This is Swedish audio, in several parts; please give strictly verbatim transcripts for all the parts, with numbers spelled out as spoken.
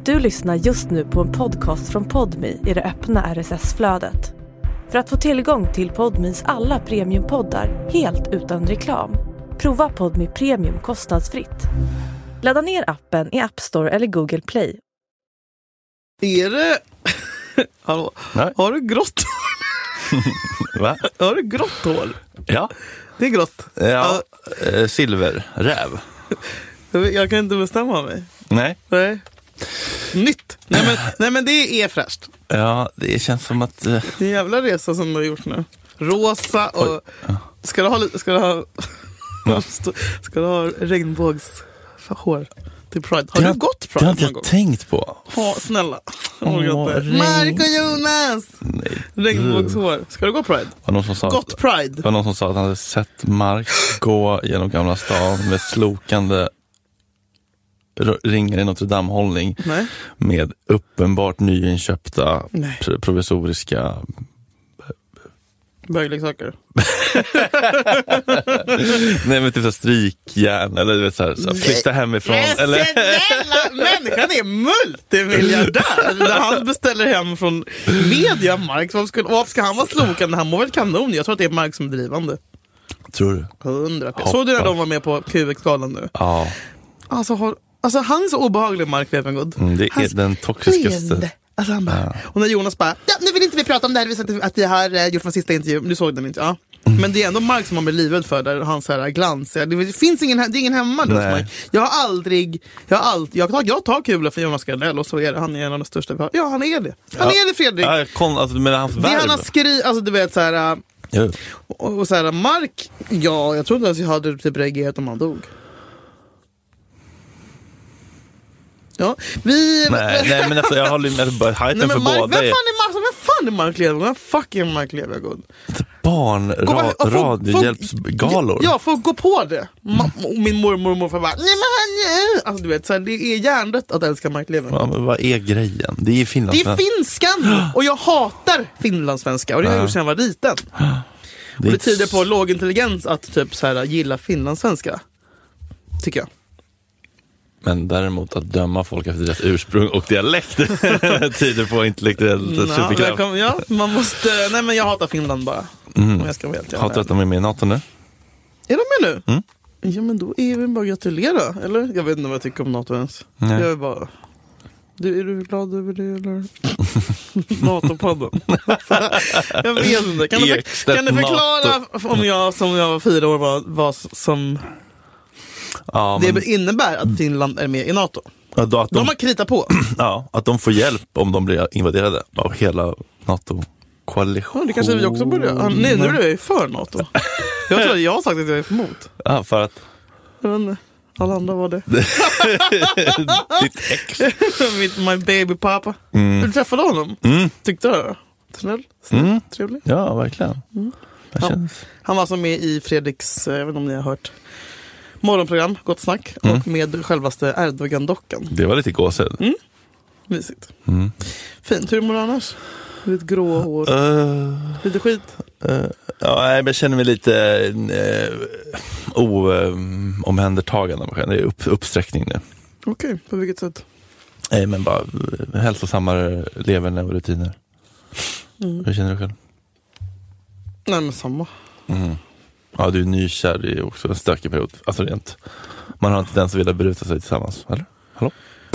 Du lyssnar just nu på en podcast från Podmi i det öppna R S S-flödet. För att få tillgång till Podmis alla premiumpoddar helt utan reklam, prova Podmi Premium kostnadsfritt. Ladda ner appen i App Store eller Google Play. Är det... Hallå? Nej. Har du grått Va? Har du grått hår? Ja. Det är grått. Ja, äh, silverräv. Jag kan inte bestämma mig. Nej. Nej. Nytt. Nej men, nej men det är fräscht. Ja, det känns som att... Uh... Det är en jävla resa som du har gjort nu. Rosa och... Ska du ha... Ska du ha, ja. ska du ha regnbågshår till Pride? Har det du har, gått Pride? Det har inte jag gång? tänkt på. Ha, snälla. Åh, regn... Mark och Jonas! Nej. Regnbågshår. Ska du gå Pride? Var någon som sa Gott att, Pride. var någon som sa att han hade sett Mark gå genom Gamla stan med slokande ringar i Notre Dame-hållning. Nej. Med uppenbart nyinköpta pro- provisoriska bögleksaker. Nej men typ så strykjärn eller du vet så här, så flytta hemifrån men eller snälla, människan är multimiljardär. Han beställer hem från media Mark. Vad ska, vad ska han vara slokande? Han må väl kanon. Jag tror att det är Mark som är drivande. Tror du? Hundra. Såg du när de var med på Q X-galan nu? Ja. Alltså, har, alltså han är så obehaglig, Mark Levengood. Mm, det är Hans den toxiskaste. Alltså han bara, ja. Och när Jonas bara, ja, nu vill inte vi prata om det här, vi sa att vi har uh, gjort vår sista intervju. Du såg den inte, ja. Mm. Men det är ändå Mark som man blir livrädd för, där hans här glans. Det finns ingen, det är ingen hemma där. Jag har aldrig, jag har alltid, jag tar, jag tar kula för Jonas Gardell och så är det, han är en av de största vi har. Ja, han är det. Han ja. är det, Fredrik. Ja, kon, alltså, med hans det han har skrivit, alltså du vet så här. Uh, ja. och, och så här, Mark, ja, jag tror inte ens jag hade typ reagerat om han dog. Ja, vi... Nej, nej men alltså, jag håller med bara hajten för Mark, båda. Vem fan är Mark, vem fan är Mark Levengood? Vem fucking Mark Levengood? Barn, ra, radiohjälpsgalor. Ja, får gå på det. Ma- min mormor och morfar bara, nej men han... Alltså du vet, så här, det är hjärndött att älska Mark Levengood. Ja, men vad är grejen? Det är finlandssvenska. Det är finskan! Och jag hatar finlandssvenska. Och det har jag gjort sedan jag var liten. Det, och det tyder på låg intelligens att typ så här, gilla finlandssvenska. Tycker jag. Men däremot att döma folk efter deras ursprung och dialekt tyder på intellektuellt superkraft. Ja, ja, man måste... Nej, men jag hatar Finland bara. Mm. Jag ska helt hatar att de är med i NATO nu? Är de med nu? Mm. Ja, men då är vi bara att gratulera, eller? Jag vet inte vad jag tycker om NATO ens. Nej. Jag är bara... Du, är du glad över det, eller? NATO-podden. Jag vet inte. Kan du, för, kan du förklara NATO. Om jag som jag var fyra år var, var som... Ja, det men... innebär att Finland är med i NATO. Ja, då att de... de har kritat på. Ja, att de får hjälp om de blir invaderade av hela NATO-koalition. Ja, det kanske vi också borde. Ah, nej, nu är jag för NATO. Jag tror att jag har sagt att jag är emot. Ja, för att... Jag vet inte. Alla andra var det. Ditt ex. Mitt, my baby pappa. Mm. Du träffade honom? Mm. Tyckte du det? Snäll? Snäll? Mm. Trevlig? Ja, verkligen. Mm. Ja. Han var alltså med i Fredriks, jag vet inte om ni har hört, morgonprogram, Gott snack, mm. och med självaste Erdogan-dockan. Det var lite gåsed. Mm. Visigt. Mm. Fint. Hur mår du annars? Lite grå hår. Uh, lite skit. Uh, ja, jag känner mig lite uh, omhändertagande av mig själv. Det är upp, uppsträckning nu. Okej, okay. På vilket sätt? Nej, men bara uh, hälsosammare leverne och rutiner. Mm. Hur känner du själv? Nej, men samma. Mm. Ja, du är nykär, det är också en stökig period. Alltså rent. Man har inte den som vill beruta sig tillsammans, eller? Hallå?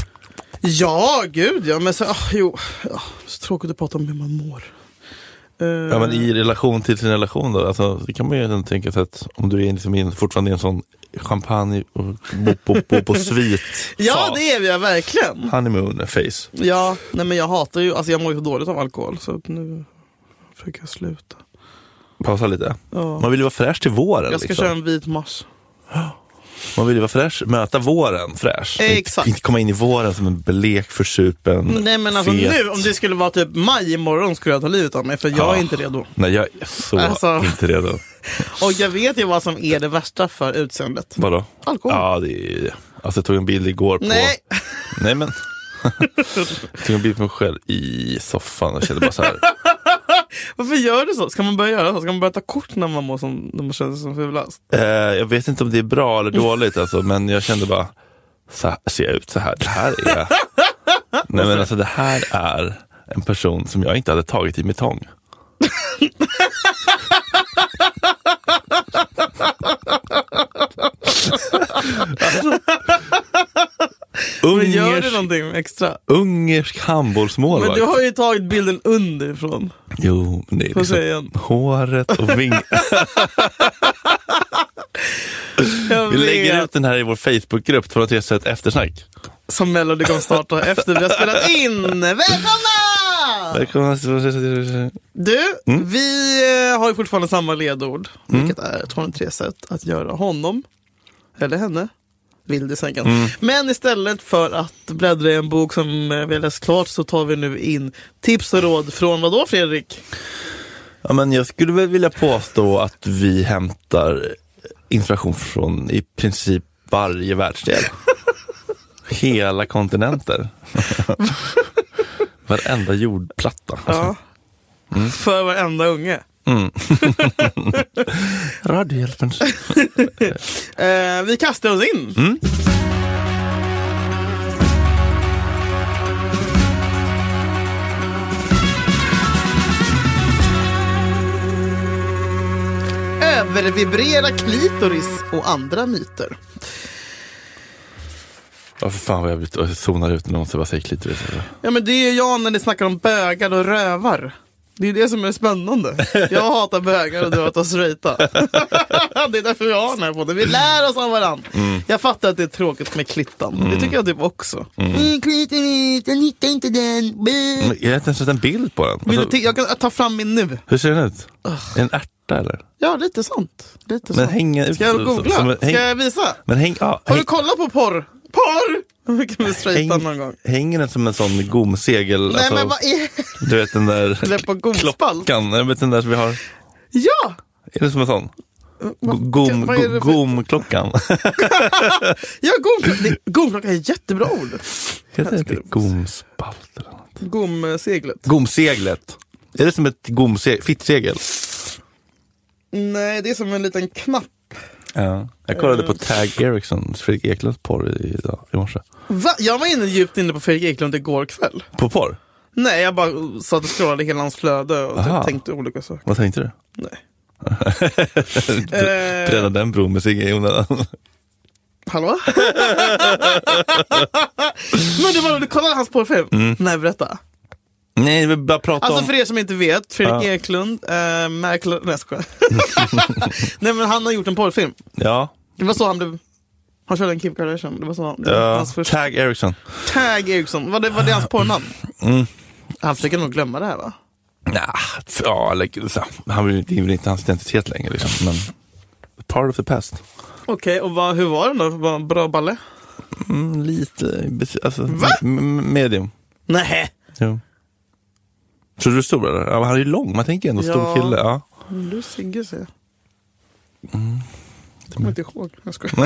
Ja, gud, ja. Men så, oh, jo, ja, så tråkigt att prata om hur man mår. Uh... Ja, men i relation till sin relation då, alltså, det kan man ju tänka sig att om du är liksom in, fortfarande i en sån champagne och bo, bo, bo på svit. Ja, det är vi ja, verkligen. Honeymoon face. Ja, nej men jag hatar ju, alltså jag mår ju så dåligt av alkohol, så nu försöker jag sluta. Pausa lite. Ja. Man vill ju vara fräsch till våren. Jag ska liksom. köra en vit mars. Man vill ju vara fräsch, möta våren fräsch. Eh, exakt. Inte komma in i våren som en blek försupen. Nej, men alltså fet. Nu, om det skulle vara typ maj imorgon skulle jag ta livet av mig, för jag ja. är inte redo. Nej, jag är så alltså. inte redo. Och jag vet ju vad som är det värsta för utseendet. Vadå? Alkohol. Ja, det är... Alltså jag tog en bild igår på... Nej. Nej, men... jag tog en bild på mig själv i soffan och kände bara så här... Varför gör du så? Ska man börja göra så? Ska man börja ta kort när man mår som, när man känner sig som fulast? Eh, jag vet inte om det är bra eller dåligt alltså, men jag kände bara så här, ser jag ut så här? Det här är Nej men alltså det här är en person som jag inte hade tagit i med tång. alltså, Ungers, men gör det någonting extra? Ungersk handbollsmål. Men du har ju tagit bilden underifrån. Jo, men det är liksom håret och vingar. Vi lägger ut den här i vår Facebookgrupp två tre sätt eftersnack. Som Melody kommer starta efter vi har spelat in. Välkomna! Välkomna! Du, mm? vi har ju fortfarande samma ledord. Mm. Vilket är två tre sätt att göra honom eller henne vild i sängen. Mm. Men istället för att bläddra i en bok som vi har läst klart så tar vi nu in tips och råd från vad då, Fredrik? Ja, men jag skulle väl vilja påstå att vi hämtar inspiration från i princip varje världsdel. Hela kontinenter. Varenda jordplatta. Ja. Mm. För varenda unge. Mm. Radiohjälpen. eh, vi kastar oss in. Mm. Övervibrera klitoris och andra myter. Ja, för fan vad jag blir zonar ut när någon säger vad säger klitoris. Ja, men det är jag när det snackar om bögar och rövar. Det är det som är spännande. Jag hatar bögar och du hatar straighta. Det är därför vi har den här podden. Vi lär oss av varandra. Mm. Jag fattar att det är tråkigt med klittan. Mm. Det tycker jag typ också. Mm. Mm, klitoris, jag hittar inte den. Men jag har inte ens sett en bild på den. Alltså, t- jag kan ta fram min nu. Hur ser den ut? Uh. En ärta eller? Ja, lite sånt. Lite men sånt. Hänger ut. Ska jag googla? Som, som, Ska jag visa? Men häng, ja, har häng, du kollat på porr? Porr! Vi kan vi straighta någon gång. Hänger den som en sån gomsegel? Nej, alltså, men vad är... Du vet den där klockan. Jag vet den där som vi har. Ja! Är det som en sån? Gom, för... Gomklockan. Ja, gomklockan. Gomklockan är ett jättebra ord. Heter det inte gomspalt eller något? Gomseglet. Gomseglet. Är det som ett gomsegel? Fittsegel? Nej, det är som en liten knapp. Ja. Jag kollade på Tag Eriksson, Fredrik Eklunds porr i, i morse. Va? Jag var inne djupt inne på Fredrik Eklund igår kväll. På porr? Nej, jag bara satt och scrollade hela hans flöde och typ tänkte olika saker. Vad tänkte du? Nej. Bränna den bron med sig i onödan. Hallå? Men det var du kollade hans porrfilm? Mm. Nej, berätta. Nej, vi bara prata alltså om... för er som inte vet, Fredrik ja. Eklund, äh, Mäklare, nej, skojar. Nej, men han har gjort en porrfilm. Ja. Det var så han blev... Han körde en Kim Kardashian. Det var så han... Ja, hans första... Tag Eriksson. Tag Eriksson. Var det, var det hans porrnamn? Mm. Han försöker nog glömma det här, va? Nah, ja, like, så, han vill inte, inte hans identitet längre, liksom. Men part of the past. Okej, okay, och vad, hur var den då? Var bra balle? Mm, lite, alltså, m- medium. Nej. Jo. Tror du är stor, eller? Ja, han är ju lång, man tänker ändå ja. stor kille. Ja. Du Sigge, ser jag. Mm. Jag kommer inte ihåg. Jag skojar.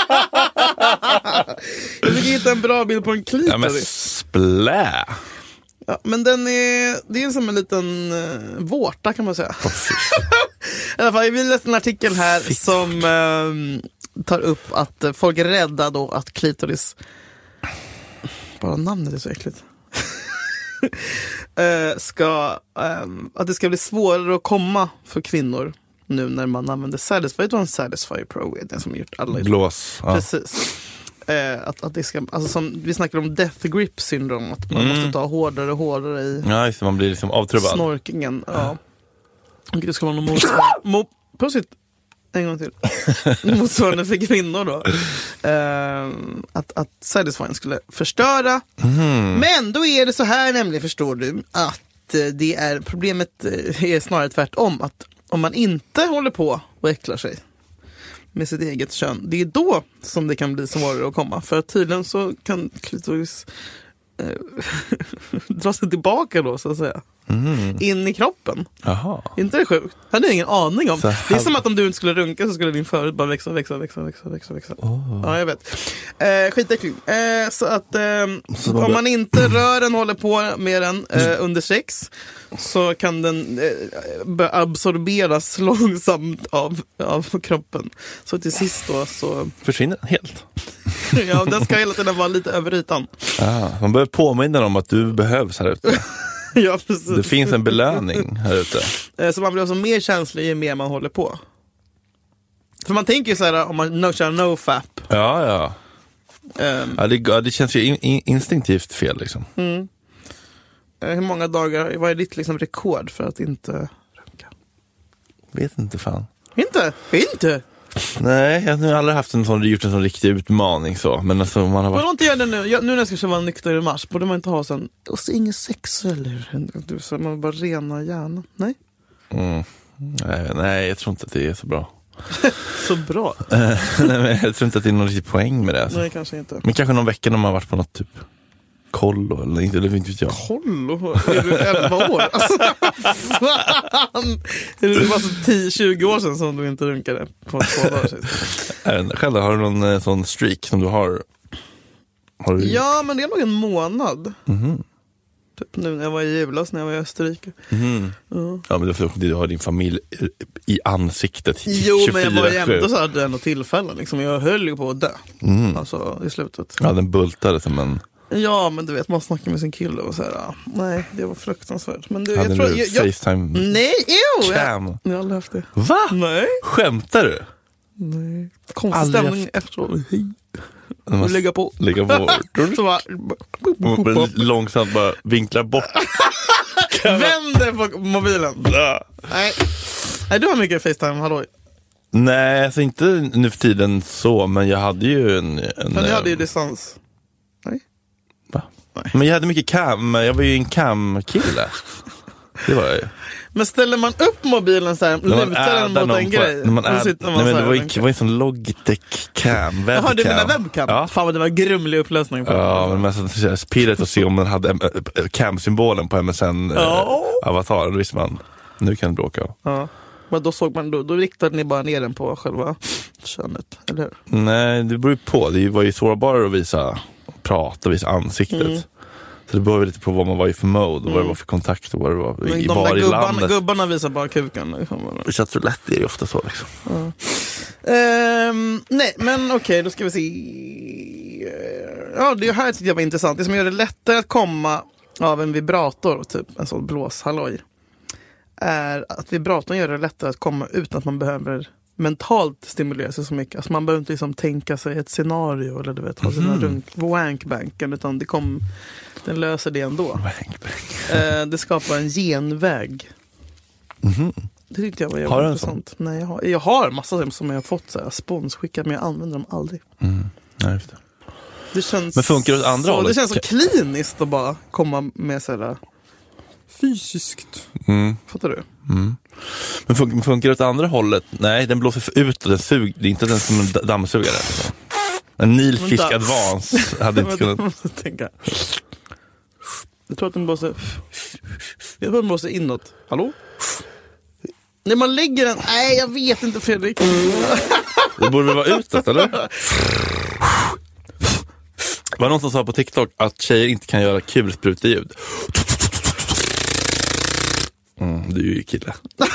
Jag fick hitta en bra bild på en klitoris. Ja, men splä. Ja, men den är, det är som en liten uh, vårta kan man säga. Oh, I alla fall, vi läste en artikel här Fitt. som uh, tar upp att uh, folk är rädda då att klitoris, bara namnet är så äckligt, uh, ska, um, att det ska bli svårare att komma för kvinnor nu när man använder Satisfyer. Det var en Satisfyer Pro, den som gjort alla. Blås. Ja. Precis. Eh, att, att det ska, alltså som vi snackar om death grip syndrom, att man mm. måste ta hårdare och hårdare i ja, just det, man blir liksom avtrubbad. Snorkingen. Ja. Och det ska vara någon motsvarande mo, precis, en gång till motsvarande för kvinnor då. Eh, att, att Satisfying skulle förstöra. Mm. Men då är det så här nämligen, förstår du, att eh, det är problemet eh, är snarare tvärtom, att om man inte håller på och äcklar sig med sitt eget kön, det är då som det kan bli svårare att komma. För tydligen så kan klitoris eh, dra sig tillbaka då, så att säga. Mm. In i kroppen. Aha. Inte det sjukt? Jag hade ingen aning om. Så det är som att om du inte skulle runka så skulle din förut bara växa, växa, växa, växa, växa, växa. Oh. Ja, jag vet. Eh, skitäckligt. Eh, så att eh, så om man inte rör den, håller på med den eh, under sex, så kan den eh, börja absorberas långsamt av, av kroppen. Så till sist då så... Försvinner den helt? Ja, den ska hela tiden vara lite över ytan. Ah, man behöver påminna om att du behövs här ute. Ja, precis. Det finns en belöning här ute. Så man blir alltså mer känslig ju mer man håller på. För man tänker ju så här, om man no, kör nofap. Ja, ja. Um, ja, det, ja, det känns ju in, in, instinktivt fel liksom. Mm. Hur många dagar, vad är ditt liksom rekord för att inte runka? Vet inte fan. Inte? Inte? Nej, jag har aldrig haft en sån, gjort en sån riktig utmaning så. Men alltså man har varit... Borde inte göra det nu? Jag, nu när jag ska köra nykter i mars, borde man inte ha sån, och så ingen sex eller? Du, så man bara rena hjärnan. Nej? Mm. Nej, nej, jag tror inte att det är så bra. Så bra? Nej, men jag tror inte att det är någon riktig poäng med det. Alltså. Nej, kanske inte. Men kanske någon vecka när man har varit på något typ kollo eller inte, eller inte vet jag. Kollo? Är du elva år? Alltså, fan! Är det bara så tio tjugo år sedan som du inte runkade på två dagar sedan? Själv har du någon eh, sån streak som du har? har du... Ja, men det är nog en månad. Mm-hmm. Typ nu när jag var i julas, när jag var i Österrike. Mm. Uh. Ja, men det är du har din familj i ansiktet. Jo, men jag var ju ändå så här den och tillfällen. Liksom. Jag höll ju på att dö. Mm. Alltså i slutet. Ja, den bultade som en... Ja, men du vet, man snackar med sin kille och så här, ah, nej, det var fruktansvärt. Men du, hade jag tror... du Jag, jag, FaceTime? Nej, jo! Cam? Jag, jag har aldrig haft det. Va? Nej. Skämtar du? Nej. Konstig stämning haft... efteråt. Hej. Man lägga på. Lägga på. Så bara... Långsamt bara vinklar bort. Vänder på mobilen. Nej. Nej, du har mycket FaceTime, hallå. Nej, alltså inte nu för tiden så, men jag hade ju en... en men jag hade ju distans. Nej. Va? Nej. Men jag hade mycket cam, jag var ju en cam-kille. Det var jag ju. Men ställer man upp mobilen så här, lutar den mot en grej, när man är, sitter man nej, men det var ju en, en sån Logitech cam, webcam. Jaha, du menar webcam? Ja. Fan vad det var grumlig upplösning på. Ja, men mest så pirret att se om man hade cam-symbolen på M S N-avatar, oh. Då visste man, nu kan det bråka. Ja. Men då såg man, då, då riktade ni bara ner den på själva könet, eller hur? Nej, det beror ju på. Det var ju sårbarare att visa, prata, visa ansiktet. Mm. Så det beror lite på vad man var i för mode och mm. vad det var för kontakt och vad det var men i, de var i gubbarna, landet. Gubbarna visar bara kuken. Liksom. Det känns så lätt, det är ju ofta så liksom. Ja. Um, nej, men okej, okay, då ska vi se. Ja, det här tyckte jag var intressant. Det som gör det lättare att komma av en vibrator, typ en sån blåshalloj, är att vibratorn gör det lättare att komma utan att man behöver mentalt stimulera sig så mycket. Alltså man behöver inte liksom tänka sig ett scenario eller du vet, ha sina mm. wankbanken, utan det kom, den löser det ändå. Eh, det skapar en genväg. Mm. Det tyckte jag var jävligt intressant. Nej, jag har, jag har massa som jag har fått så här, sponsskickat, men jag använder dem aldrig. Mm. Nej, just det. Det känns, men funkar det åt andra så, hållet? Det känns så kliniskt att bara komma med så här fysiskt. Mm. Fattar du? Mm. Men fun- funkar det åt andra hållet? Nej, den blåser ut och den suger. Det är inte den som en dammsugare. Alltså. En Nilfisk Advance hade inte kunnat... måste tänka. Jag tror att den blåser... Jag tror att den blåser inåt. Hallå? När man lägger den... Nej, jag vet inte, Fredrik. Det borde vara utåt, eller? Det var någon som sa på TikTok att tjejer inte kan göra kulspruteljud. Mm, du är ju kille.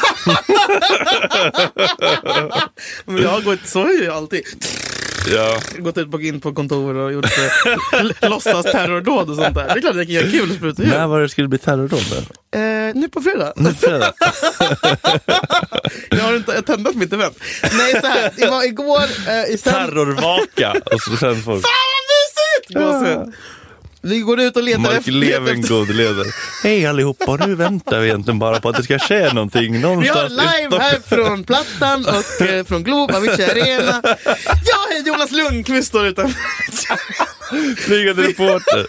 Men jag har gått så ju alltid. Ja. Gått ut på, in på kontor och gjort låtsas terrordåd och sånt där. Det är klart att jag kan göra kul sprutor. När var det skulle bli terrordåd? Eh, nu på fredag. Nu på fredag. Jag har inte tändat mitt event. Nej, så här. Det var igår eh, i sen... Terrorvaka. Och så sen folk... Fan vad mysigt! Ja. Vi går ut och letar Mark efter... Levengood leder. Hej allihopa, nu väntar vi egentligen bara på att det ska ske någonting någonstans. Vi har live här från Plattan och eh, från Globe, Avicii Arena. Ja, hej, Jonas Lundqvist står utanför. Flygande reporter.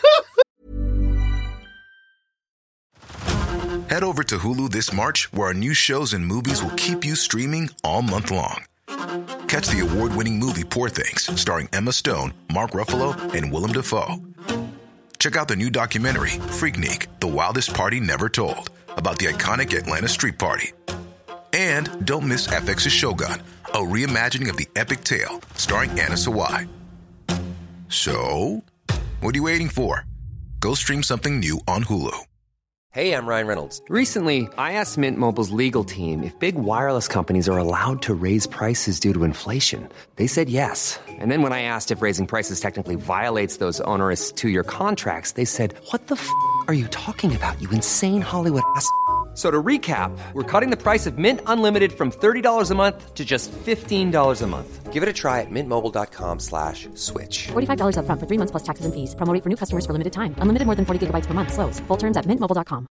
Head over to Hulu this March, where our new shows and movies will keep you streaming all month long. Catch the award-winning movie Poor Things, starring Emma Stone, Mark Ruffalo, and Willem Dafoe. Check out the new documentary, Freaknik, The Wildest Party Never Told, about the iconic Atlanta Street Party. And don't miss F X's Shogun, a reimagining of the epic tale, starring Anna Sawai. So, what are you waiting for? Go stream something new on Hulu. Hey, I'm Ryan Reynolds. Recently, I asked Mint Mobile's legal team if big wireless companies are allowed to raise prices due to inflation. They said yes. And then when I asked if raising prices technically violates those onerous two-year contracts, they said, what the f*** are you talking about, you insane Hollywood ass f- So to recap, we're cutting the price of Mint Unlimited from thirty dollars a month to just fifteen dollars a month. Give it a try at mintmobile.com slash switch. forty-five dollars up front for three months plus taxes and fees. Promo rate for new customers for limited time. Unlimited more than forty gigabytes per month. Slows full terms at mint mobile dot com.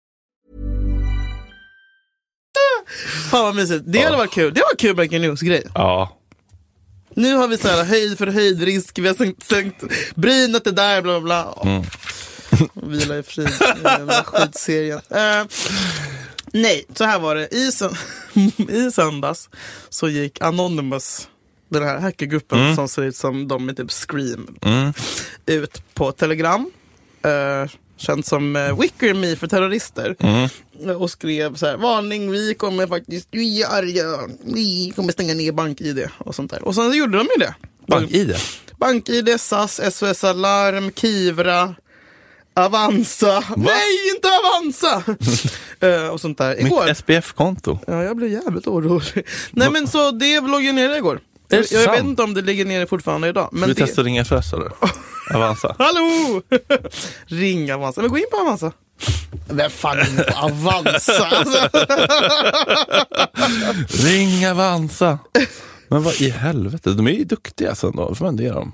Fan vad mysigt. Det hade varit kul. Det var kul breaking news-grej. Ja. Nu har vi så här höjd för höjdrisk. Vi har sänkt, sänkt brynet är där, bla bla bla. Mm. Vila i frid. Den här skitserien. Uh, nej, så här var det. I, sö- I söndags så gick Anonymous, den här hackergruppen mm. som ser ut som de med typ Scream, mm. ut på Telegram. Uh, känd som uh, Wicker Me för terrorister. Mm. Och skrev så här: varning, vi kommer faktiskt, vi är arga, vi kommer stänga ner BankID och sånt där. Och sen så gjorde de ju det. BankID? BankID, S A S, S O S Alarm, Kivra, Avanza. Va? Nej, inte Avanza! uh, och sånt där. Igår. Mitt S P F-konto. Ja, jag blev jävligt orolig. Nej, men så det låg ju nere igår. Jag, jag vet inte om det ligger nere fortfarande idag. Men vi det... testar att ringa F S eller? Avanza. Hallå! Ring Avanza. Men gå in på Avanza. Vem fan är på Avanza? Ring Avanza. Men vad i helvete? De är ju duktiga så då. Får man det dem?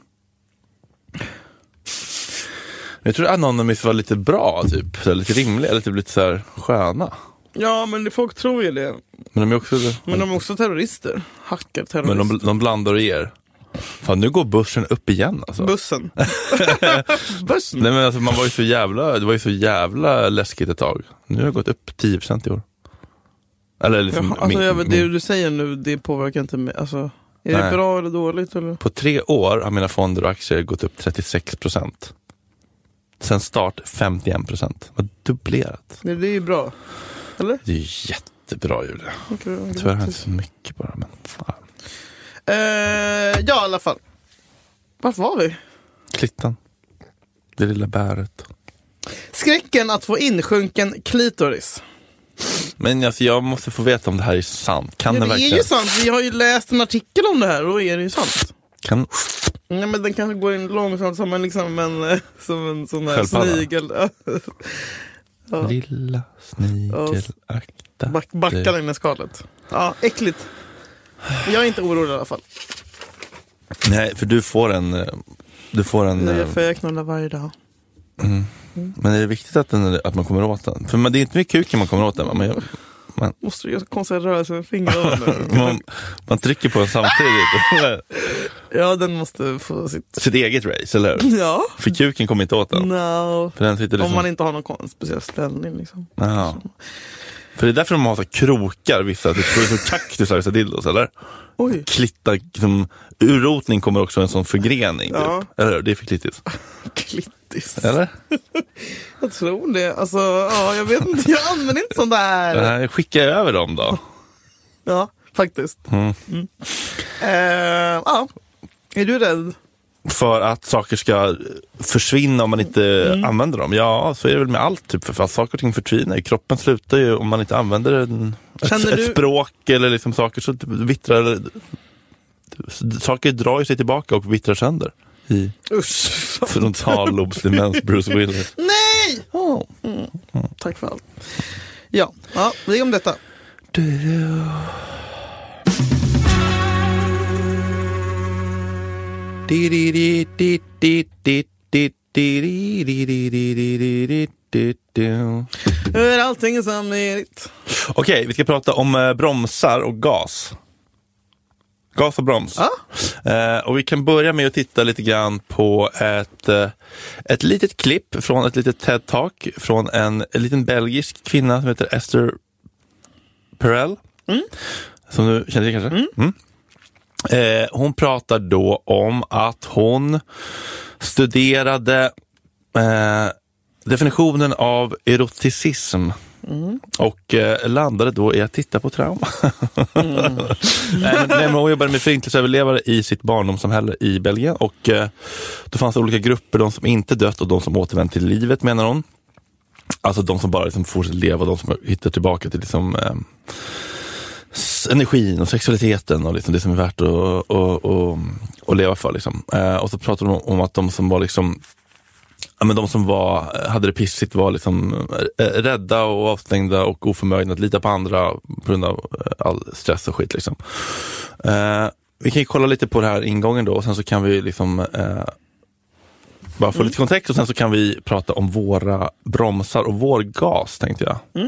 Jag tror att Anonymous var lite bra, typ. Så lite rimliga, eller typ lite så här sköna. Ja, men det, folk tror ju det. Men de är också, men de är också terrorister. Hackar terrorister. Men de, de blandar och ger. Fan, nu går börsen upp igen alltså. Bussen. Bussen. Nej, men alltså, man var ju så jävla, det var ju så jävla läskigt ett tag. Nu har det gått upp tio procent i år. Eller liksom, ja, alltså, min, jag vet, min... det du säger nu, det påverkar inte mig. Alltså, är Nej. det bra eller dåligt? Eller? På tre år har mina fonder och aktier gått upp trettiosex procent. Sen start femtioen procent. Vad dubblerat. Det, det är ju bra. Eller? Det är ju jättebra, Julia. Okay, okay, tyvärr har jag inte så mycket bara, men fan. Uh, ja, i alla fall. Varför var vi? Klittan. Det lilla bäret. Skräcken att få insjunken klitoris. Men alltså, jag måste få veta om det här är sant. Kan ja, det, det verkligen? är ju sant. Vi har ju läst en artikel om det här och är det ju sant. Kan... Ja, men den kanske går in långsamt som en, liksom en, som en sån där snigel. Ja. Lilla snigel, akta. Back, backa in i skalet. Ja, äckligt. Jag är inte orolig i alla fall. Nej, för du får en... Du får en... Nej, för jag knullar varje dag. Mm. Mm. Men är det viktigt att, den, att man kommer åt den? För man, det är inte mycket kuken man kommer åt den. Man, man, man... Måste du göra konstiga rörelser med fingrarna? man, man trycker på den samtidigt. Ja, den måste få sitt... Sitt eget race, eller hur? Ja. För kuken kommer inte åt den. No. För den sitter liksom... Om man inte har någon speciell ställning liksom. Ja. För det är därför de har så krokar, vissa, typ som kaktusar, vissa dildos, eller? Oj. Klitta, liksom, urrotning kommer också en sån förgrening, ja. Typ. Eller det är för klittis. Klittis. Eller? Jag tror det. Alltså, ja, jag vet inte. Jag använder inte sån där. Nej, skicka över dem då. Ja, faktiskt. Mm. Mm. Uh, ja. Är du rädd? För att saker ska försvinna om man inte mm. använder dem. Ja, så är det väl med allt typ. För att saker och ting förtvinar. Kroppen slutar ju om man inte använder en, ett, ett du... språk eller liksom saker så vittrar. Saker drar ju sig tillbaka och vittrar sönder. I frontallobsdemens Bruce Willis. Nej! Oh. Mm. Mm. Tack för allt. Ja, ja, det är om detta. Du... Hur allting är samtidigt. Okej, vi ska prata om eh, bromsar och gas. Gas och broms. Ah? Eh, och vi kan börja med att titta lite grann på ett, eh, ett litet klipp från ett litet TED-talk från en, en liten belgisk kvinna som heter Esther Perel. Mm. Som du känner till kanske? Mm. Mm. Eh, hon pratar då om att hon studerade eh, definitionen av eroticism mm. och eh, landade då i att titta på trauma. mm. nej, men, nej, men hon jobbade med förintelseöverlevare i sitt barndomssamhälle i Belgien och eh, då fanns det olika grupper, de som inte dött och de som återvänt till livet, menar hon. Alltså de som bara liksom fortsätter leva, de som hittar tillbaka till liksom, eh, energin och sexualiteten och liksom det som är värt att, att, att, att leva för. Liksom. Eh, och så pratar de om att de som var liksom, ja, men de som var, hade det pissigt var liksom rädda och avstängda och oförmögna att lita på andra på grund av all stress och skit. Liksom. Eh, vi kan ju kolla lite på det här ingången då och sen så kan vi liksom eh, bara få mm. lite kontext och sen så kan vi prata om våra bromsar och vår gas, tänkte jag. Mm.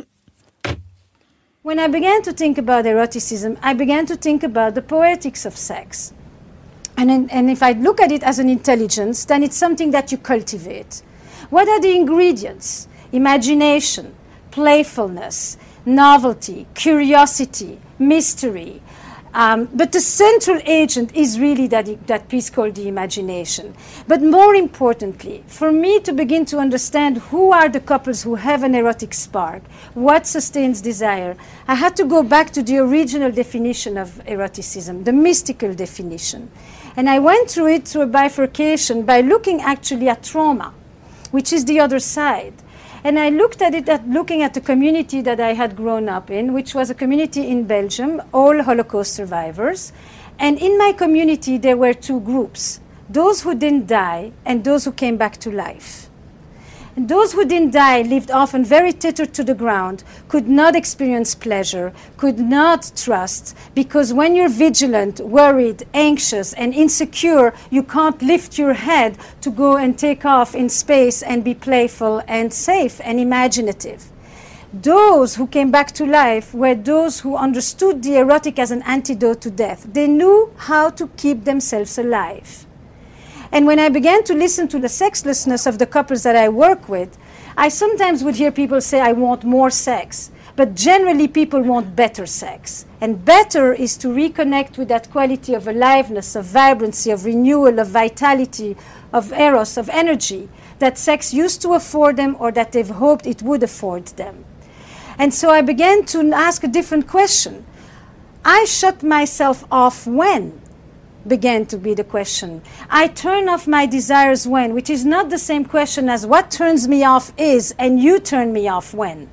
When I began to think about eroticism, I began to think about the poetics of sex. And, in, and if I look at it as an intelligence, then it's something that you cultivate. What are the ingredients? Imagination, playfulness, novelty, curiosity, mystery. Um, but the central agent is really that, that piece called the imagination. But more importantly, for me to begin to understand who are the couples who have an erotic spark, what sustains desire, I had to go back to the original definition of eroticism, the mystical definition. And I went through it through a bifurcation by looking actually at trauma, which is the other side. And I looked at it at looking at the community that I had grown up in, which was a community in Belgium, all Holocaust survivors. And in my community, there were two groups, those who didn't die and those who came back to life. And those who didn't die lived often very tethered to the ground, could not experience pleasure, could not trust, because when you're vigilant, worried, anxious, and insecure, you can't lift your head to go and take off in space and be playful and safe and imaginative. Those who came back to life were those who understood the erotic as an antidote to death. They knew how to keep themselves alive. And when I began to listen to the sexlessness of the couples that I work with, I sometimes would hear people say, I want more sex. But generally people want better sex. And better is to reconnect with that quality of aliveness, of vibrancy, of renewal, of vitality, of eros, of energy that sex used to afford them or that they've hoped it would afford them. And so I began to ask a different question. I shut myself off when? Began to be the question. I turn off my desires when, which is not the same question as what turns me off is, and you turn me off when.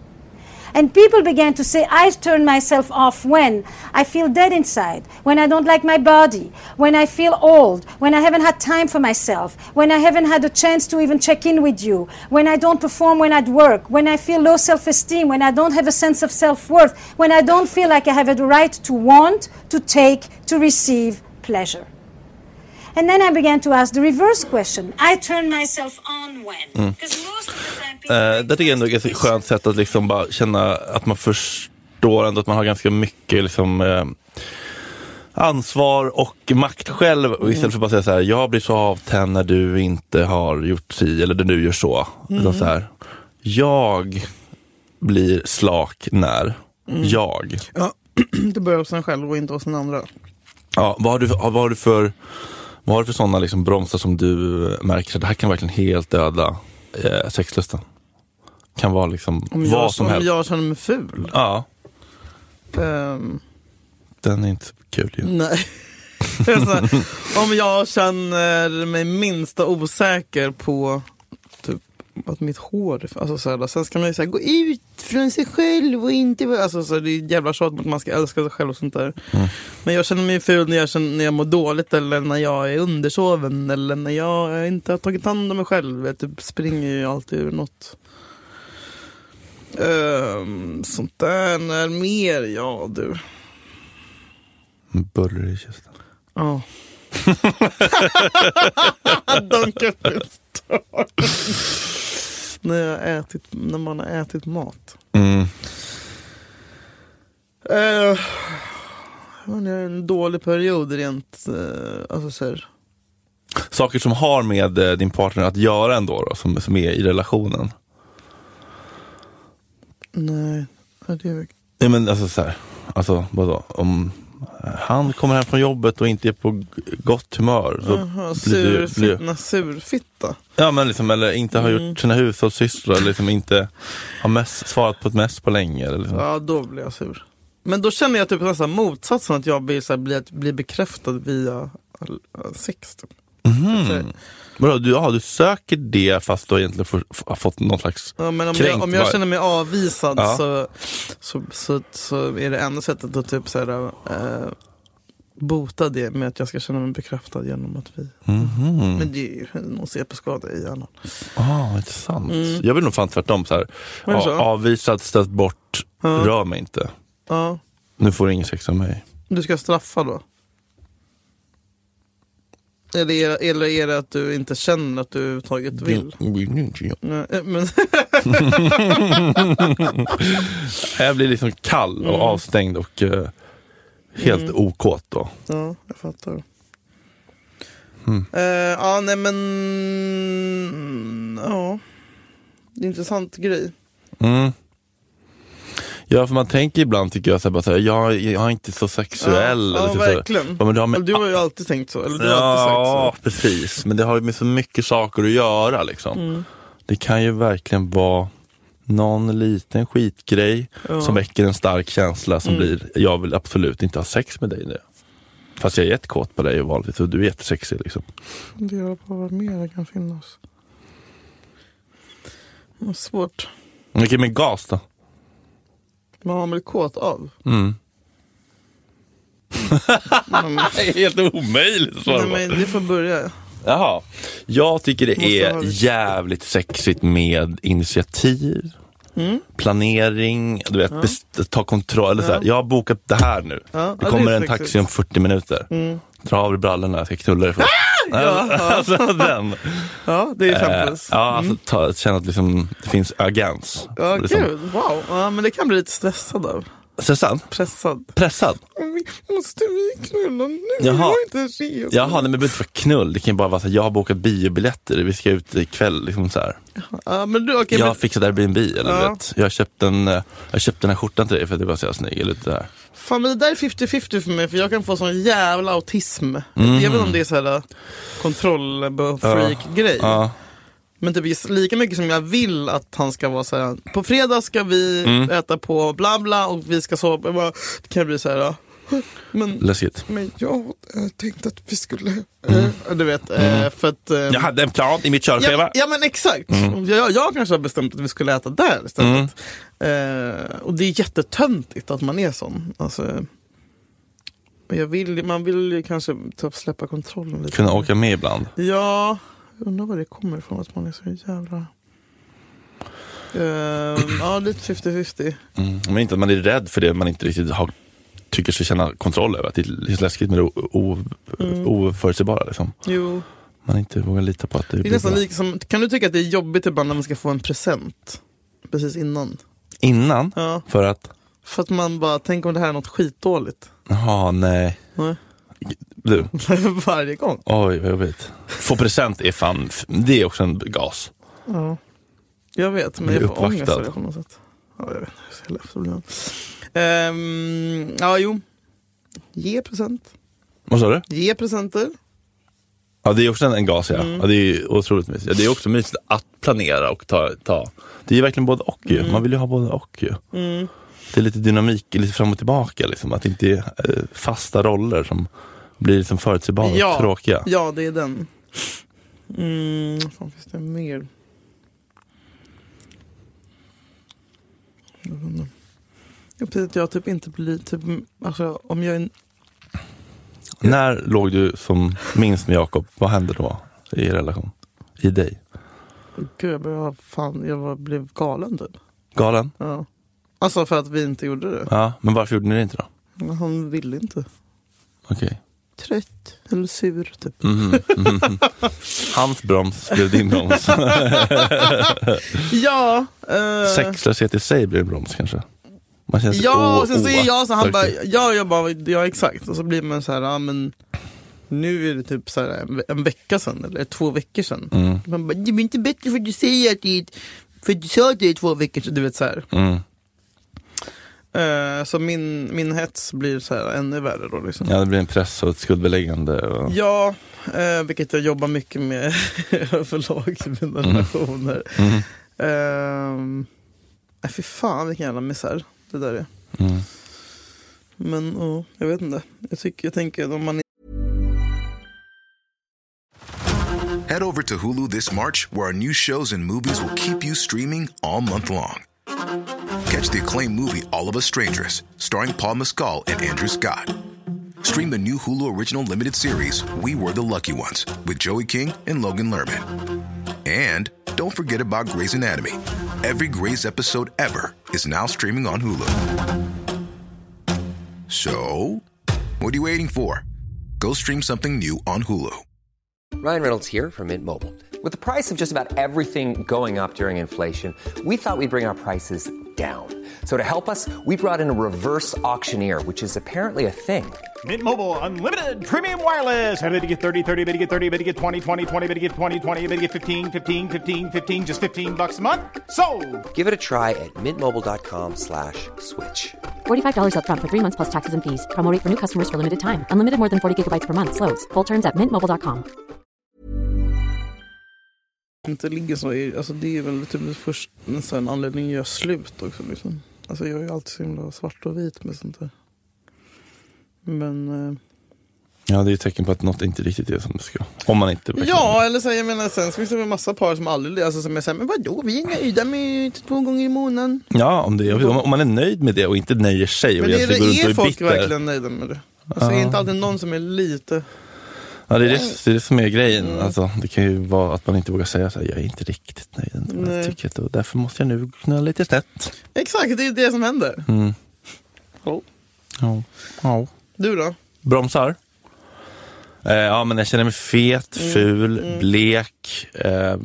And people began to say, I turn myself off when I feel dead inside, when I don't like my body, when I feel old, when I haven't had time for myself, when I haven't had a chance to even check in with you, when I don't perform when at work, when I feel low self-esteem, when I don't have a sense of self-worth, when I don't feel like I have the right to want, to take, to receive pleasure. And then I began to ask the reverse question. I turn myself on when? Mm. Most of the time people uh, det tycker jag ändå är ett skönt sätt att liksom bara känna att man förstår ändå att man har ganska mycket liksom, eh, ansvar och makt själv. Och istället för att bara säga så här, jag blir så avtänd när du inte har gjort si eller när du gör så. Mm. Utan så här, jag blir slak när mm. jag. Ja, det börjar hos en själv och inte hos den andra. Ja, vad har du, vad har du för vad har du för sådana liksom bromsar som du märker att det här kan verkligen helt döda eh, sexlusten? Kan vara liksom om vad jag, som om helst. jag känner mig ful? Ja. Um, Den är inte så kul ju. Nej. Alltså, om jag känner mig minsta osäker på typ att mitt hår, alltså så här, sen ska man ju säga gå ut från sig själv och inte, alltså så här, det är jävla tjat att man ska älska sig själv och sånt där. Mm. Men jag känner mig ful när jag känner, när jag mår dåligt eller när jag är undersoven eller när jag inte har tagit hand om mig själv. Jag typ springer ju alltid ur något. Um, sånt där är mer, ja du. Buller i kistan. Ja. Donkerfest. När jag ätit, när man har ätit mat. Mm. Uh, det är en dålig period rent, uh, alltså så här. Saker som har med uh, din partner att göra ändå då, som, som är i relationen. Nej, det är Nej men alltså så här, alltså vadå, om han kommer hem från jobbet och inte är på gott humör så Aha, blir sur, du blir... surfitta. Ja men liksom, eller inte har mm. gjort sina hushållssysslor eller liksom inte har mest, svarat på ett mess på länge eller liksom. Ja, då blir jag sur. Men då känner jag typ nästan motsatsen, att jag blir, så här, blir, blir bekräftad via sex typ. Mm. Så, Vadå, du, ja, du söker det fast du egentligen får, har fått någon slags ja, men om kränkt, jag, om jag känner mig avvisad ja. så, så, så, så är det enda sättet att typ såhär, äh, bota det med att jag ska känna mig bekräftad genom att vi... Mm-hmm. Men det är ju någon C P-skada i hjärnan. Ah, intressant. Mm. Jag vill nog fan tvärtom så här. Ja, avvisad, ställt bort, ja. Rör mig inte. Ja. Nu får du ingen sex av mig. Du ska straffa då? Eller är, det, eller är det att du inte känner att du överhuvudtaget vill? Nej, men... Jag blir liksom kall och mm. avstängd och uh, helt mm. okåt då. Ja, jag fattar. Mm. Uh, ja, nej men... Ja. Det är en intressant grej. Mm. Ja, för man tänker ibland, tycker jag, så här, bara så här, jag, jag är inte så sexuell. Ja, eller ja så, verkligen. Så, men har med, du har ju alltid tänkt så. Eller du ja, har alltid sagt så. Precis. Men det har ju med så mycket saker att göra. Liksom. Mm. Det kan ju verkligen vara någon liten skitgrej ja. Som väcker en stark känsla som mm. blir, jag vill absolut inte ha sex med dig nu. Fast jag är jättekåt på dig och vanligt, så du är jättesexig. Liksom. Det gör på vad mer det kan finnas. Det är svårt. Vilket med gas då? Man har väl kåt av? Mm. mm. Det är helt omöjligt att svara. Nej, men det får börja. Jaha. Jag tycker det är jävligt sexigt med initiativ, mm. planering, du vet, ja. best- ta kontroll. Eller ja. Så här, jag har bokat det här nu. Ja, det kommer det en taxi om fyrtio minuter. Mm. Dra av brallorna, jag ska knulla dig först. Ah! Ja, alltså, den. Ja, det är exempelvis. Eh, ja, alltså, ta, känna att liksom, det finns agens. Ja, liksom. gud, wow. Ja, men det kan bli lite stressad av. Stressad? Pressad. Pressad? Måste vi knulla nu? Jaha. Jag är inte redo. Jaha, nej, men det behöver inte vara knull. Det kan bara vara så att jag har bokat biobiljetter. Vi ska ut ikväll, liksom så här. Ja, men du, okay, jag men... fixade Airbnb, eller ja. vet. Jag har köpt en, jag köpt den här skjortan till dig för att det var så jag snygg, eller lite där. Fan, men det där är fifty fifty för mig, för jag kan få sån jävla autism. Mm. Jag vet inte om det är så här kontroll-freak-grej. Ja. Ja. Men typ lika mycket som jag vill att han ska vara så här. På fredag ska vi mm. äta på bla bla och vi ska sova. Bara, det kan bli så här. Men, läskigt. Men jag äh, tänkte att vi skulle mm. äh, du vet, mm. äh, för att äh, jag hade en plan i mitt körschema. Ja, ja men exakt. Mm. Jag, jag kanske har bestämt att vi skulle äta där istället. Mm. Äh, och det är jättetöntigt att man är sån. Alltså, jag vill, man vill ju kanske typ släppa kontrollen lite. Kunna åka med ibland. Ja. Jag undrar var det kommer ifrån att man är så jävla... Uh, ja, lite fifty fifty. Mm, men inte att man är rädd för det man inte riktigt har, tycker sig känna kontroll över. Att det är läskigt med det o- o- mm. oförutsägbara. Liksom. Jo. Man inte vågar lita på att det, det är nästan lika som, kan du tycka att det är jobbigt ibland när man ska få en present? Precis innan. Innan? Ja. För att? För att man bara tänker om det här är något skitdåligt. Jaha, nej. Nej. Du. Varje gång. Oj, vad jag vet. Få present är fan, det är också en gas. Ja. Jag vet, men jag får ångest på något sätt. Ja, jag vet. Jag är så jävla um, ja, jo. Ge present. Vad sa du? Ge presenter. Ja, det är också en, en gas, ja. Mm. Ja. Det är otroligt mysigt. Ja, det är också mysigt att planera och ta. ta. Det är verkligen både och ju. Mm. Man vill ju ha både och ju. Mm. Det är lite dynamik, lite fram och tillbaka. Liksom. Att det inte är eh, fasta roller som blir liksom förutsägbara och ja. tråkiga. Ja, det är den. Mm, vad finns det mer? Jag vet att jag typ inte blir typ, alltså om jag är en... När låg du som minst med Jakob? Vad hände då i er relation? I dig? Gud, jag, började, fan, jag var, blev galen typ. Galen? Ja. Alltså för att vi inte gjorde det. Ja, men varför gjorde ni det inte då? Han ville inte. Okej. Okay. Trött eller sur typ. Mm, mm. Hans broms blev din broms. Ja. Uh... Sexlöshet i sig blir en broms kanske. Man känns ja, o- och sen säger jag så han bara, okay. ja, jag bara, ja exakt. Och så blir man så här, ja men nu är det typ så här en, en vecka sedan eller två veckor sedan. Mm. Man bara, det blir inte bättre för att du säger att det är, för du sa att det är två veckor sedan, du vet så här. Mm. Uh, så min, min hets blir så här ännu värre då liksom. Ja, det blir en press och ett skuldbeläggande och... Ja, uh, vilket jag jobbar mycket med överlag i mina mm. relationer. Mm. Uh, nej, fy fan vilken jävla misär det där är. Mm. Men oh, jag vet inte. Jag tycker, jag tänker om man Head over to Hulu this March, where our new shows and movies will keep you streaming all month long. Catch the acclaimed movie All of Us Strangers, starring Paul Mescal and Andrew Scott. Stream the new Hulu Original Limited series We Were the Lucky Ones with Joey King and Logan Lerman. And don't forget about Grey's Anatomy. Every Grey's episode ever is now streaming on Hulu. So, what are you waiting for? Go stream something new on Hulu. Ryan Reynolds here from Mint Mobile. With the price of just about everything going up during inflation, we thought we'd bring our prices down. So to help us, we brought in a reverse auctioneer, which is apparently a thing. Mint Mobile Unlimited Premium Wireless. How to get thirty, thirty, how to get thirty, how to get twenty, twenty, twenty, how to get twenty, twenty, how to get fifteen, fifteen, fifteen, fifteen, just fifteen bucks a month? Sold! Give it a try at mintmobile.com slash switch. forty-five dollars up front for three months plus taxes and fees. Promo rate for new customers for limited time. Unlimited more than forty gigabytes per month. Slows full terms at mint mobile dot com. Inte ligger så i, alltså det är väl typ först nästan en anledning att göra slut också liksom. Alltså jag är ju alltid så himla svart och vit med sånt där. Men eh... ja, det är ju tecken på att något inte riktigt är som det ska. Om man inte verkligen... Ja, eller så jag menar sen så finns det en massa par som aldrig, alltså som jag säger, men vadå, vi är nöjda med två gånger i månaden. Ja, om, det, om man är nöjd med det och inte nöjer sig och men är, det, går runt är och folk bitter. verkligen nöjda med det? Alltså ja. Är inte alltid någon som är lite... Ja, det är det, det är det som är grejen. Mm. Alltså, det kan ju vara att man inte vågar säga så här, jag är inte riktigt nöjd med tycket och därför måste jag nu knulla lite snett. Exakt, det är det som händer. Mm. Oh. Ja. Ja. Du då? Bromsar? Eh, ja, men jag känner mig fet, mm. ful, mm. blek. Eh,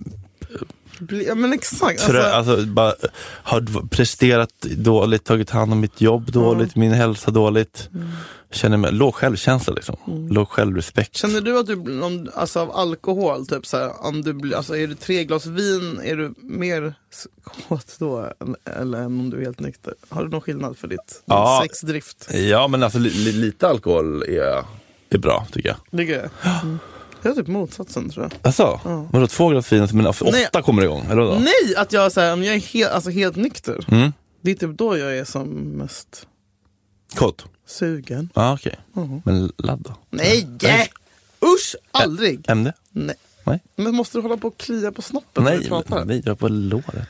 Ble- ja, men exakt. Trö, alltså, alltså, bara, har presterat dåligt, tagit hand om mitt jobb dåligt, mm. min hälsa dåligt. Mm. Känner mig låg självkänsla liksom. Mm. Låg självrespekt. Känner du att du om, alltså av alkohol typ så här, om du blir alltså är det tre glas vin är du mer kåt då eller än om du är helt nykter? Har du någon skillnad för ditt ja, sexdrift? Ja, men alltså li, li, lite alkohol är, är bra tycker jag. Tycker jag. Mm. Det är typ motsatsen tror jag. Alltså, ja. Men då två glas vin men åtta Nej. kommer igång eller då? Nej, att jag så här, om jag är helt alltså helt nykter. Mm. Det är typ då jag är som mest kåt. Sugen. Ja, ah, okej. Okay. Uh-huh. Men ladda. Nej! Nej. Usch, aldrig. Ämne? Nej. Nej. Men måste du hålla på och klia på snoppen? Nej, men, nej, jag på låret.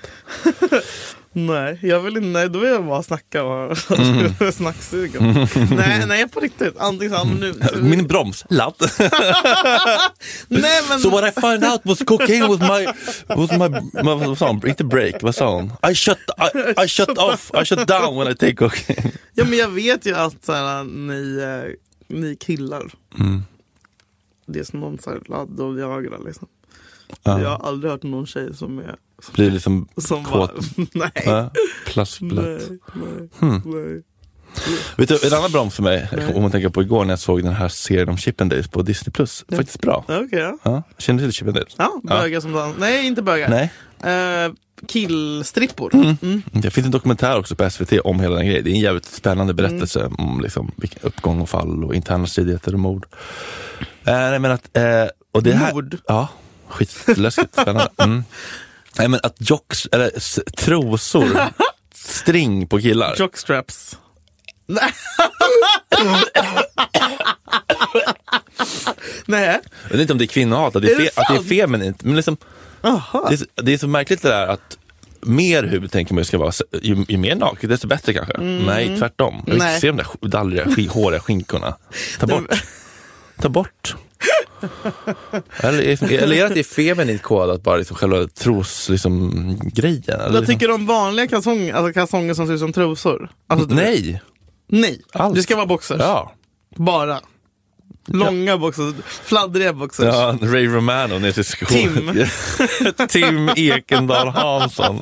Nej, jag vill inte, nej, då vill jag bara snacka och mm. snacksugen. Mm. Nej, nej, på riktigt. Antingen så nu. Min broms, ladd. Nej, men... So what I find out was cocaine was my, was my, my vad sa hon? Inte break, vad sa hon? I shut, I, I shut off, I shut down when I take cocaine. Ja, men jag vet ju att så här, ni, ni killar. Mm. Det är som någon så här ladd och jagra liksom. Ja. Jag har aldrig hört någon tjej som är som, blir liksom som kåt. Var, nej. Ja, plaskblött. Nej, nej, hmm. nej. Vet du, en annan broms för mig, om man tänker på igår när jag såg den här serien om Chip and Dale på Disney plus. Ja. Faktiskt bra. Okej, okay, ja. Ja. Känner du till Chip and Dale? Ja, bögar ja. som dans. Nej, inte bögar. Nej. Uh, killstrippor. Mm. Mm. Det finns en dokumentär också på S V T om hela den grejen. Det är en jävligt spännande berättelse mm. om liksom, uppgång och fall och interna stridigheter och mord. Uh, nej, men att, uh, och det här, mord? Ja, skitläskigt spännande. Mm. Nej, men att jocks, eller s- trosor, string på killar. Jockstraps. Nej. Jag vet inte om det är kvinnohat, att det är, fe- att det är feminint. Men liksom, det är, det är så märkligt det där att mer hud tänker man ju ska vara, ju, ju mer naket desto bättre kanske. Mm. Nej, tvärtom. Jag vill inte se de där dallriga, sk- håriga skinkorna. Ta bort. Ta bort. Eller, eller är det att det är feminint kodat bara liksom själva tros liksom, grejen? Eller jag liksom? tycker de vanliga kalsonger, alltså kalsonger som ser ut som trosor. Alltså, nej. Nej, alls. Det ska vara boxers. Ja. Bara. Långa ja. boxers, fladdriga boxers. Ja, Ray Romano ner till skolan. Tim. Tim Ekendal Hansson.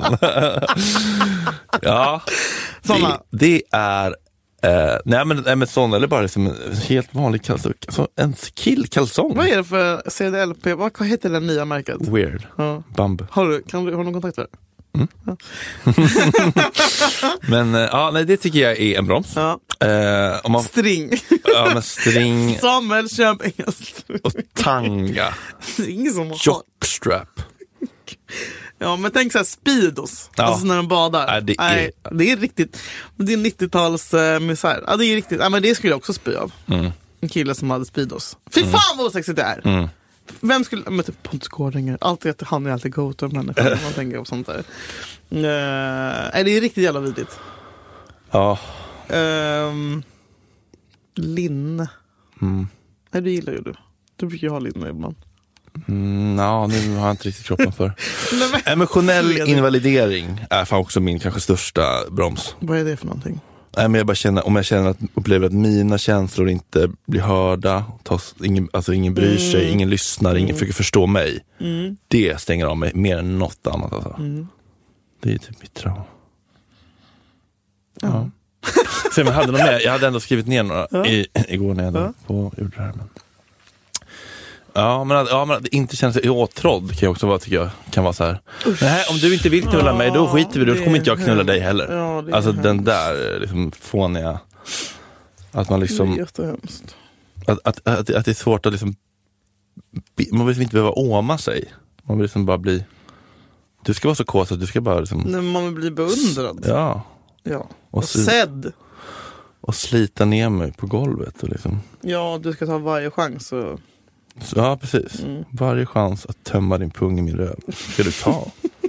Ja, det, det är Uh, nej men, nej men sån, eller bara liksom en helt vanlig kalsong, alltså en killkalsong. Vad är det för C D L P? Vad heter det nya märket? Weird. Ja. Bumb. Har du, kan du, har du någon kontakt där? Mm. Ja. Men uh, ja, nej, det tycker jag är en broms. Ja. Uh, om man, string. Ja, men string. Samuel köp inga string. Och tanga. Ingen som har. Jockstrap. Ja, men tänk så här speedos. Ja. Alltså när de badar. Nej, det, Nej, är... det är riktigt. Det är nittio-tals uh, misär. Ja, det är riktigt. Ja, men det skulle jag också spy av. Mm. En kille som hade speedos. Fy mm. fan vad osexigt det är. Mm. Vem skulle, men typ Pontus Gårdinger, alltid att han är alltid go-to människa, man tänker på sånt där. Uh, det är riktigt jävla vidrigt. Ja. Uh, Linne. Mm. Nej, det gillar ju du. Du brukar ju ha Linne ibland. Mm, ja, nu har jag inte riktigt kroppen för. Emotionell invalidering är fan också min kanske största broms. Vad är det för någonting? Nej, men jag bara känner, om jag känner att upplever att mina känslor inte blir hörda, tas, ingen, alltså ingen bryr sig, mm. ingen lyssnar, mm. ingen försöker förstå mig. Mm. Det stänger av mig mer än något annat. Alltså. Mm. Det är typ mitt trauma. Ja. Ja. Så jag hade något mer. Jag hade ändå skrivit ner några ja. i, igår när jag ja. på gjorde det här. Men... Ja, men, ja, men inte känna sig åtrådd kan jag också vara, tycker jag, kan vara så här. Nej, om du inte vill knulla ja, mig, då skiter vi, då kommer inte jag knulla dig heller. Ja, alltså hemskt. Den där liksom fåniga, att man liksom, det är jättehemskt. Att, att, att, att det är svårt att liksom, man vill inte behöva åma sig. Man vill liksom bara bli, du ska vara så kås att du ska bara liksom, nej, man vill bli beundrad. Ja. Ja. Och, och sedd. Och slita ner mig på golvet och liksom. Ja, du ska ta varje chans och... Ja, precis. Mm. Varje chans att tömma din pung i min röv ska du ta.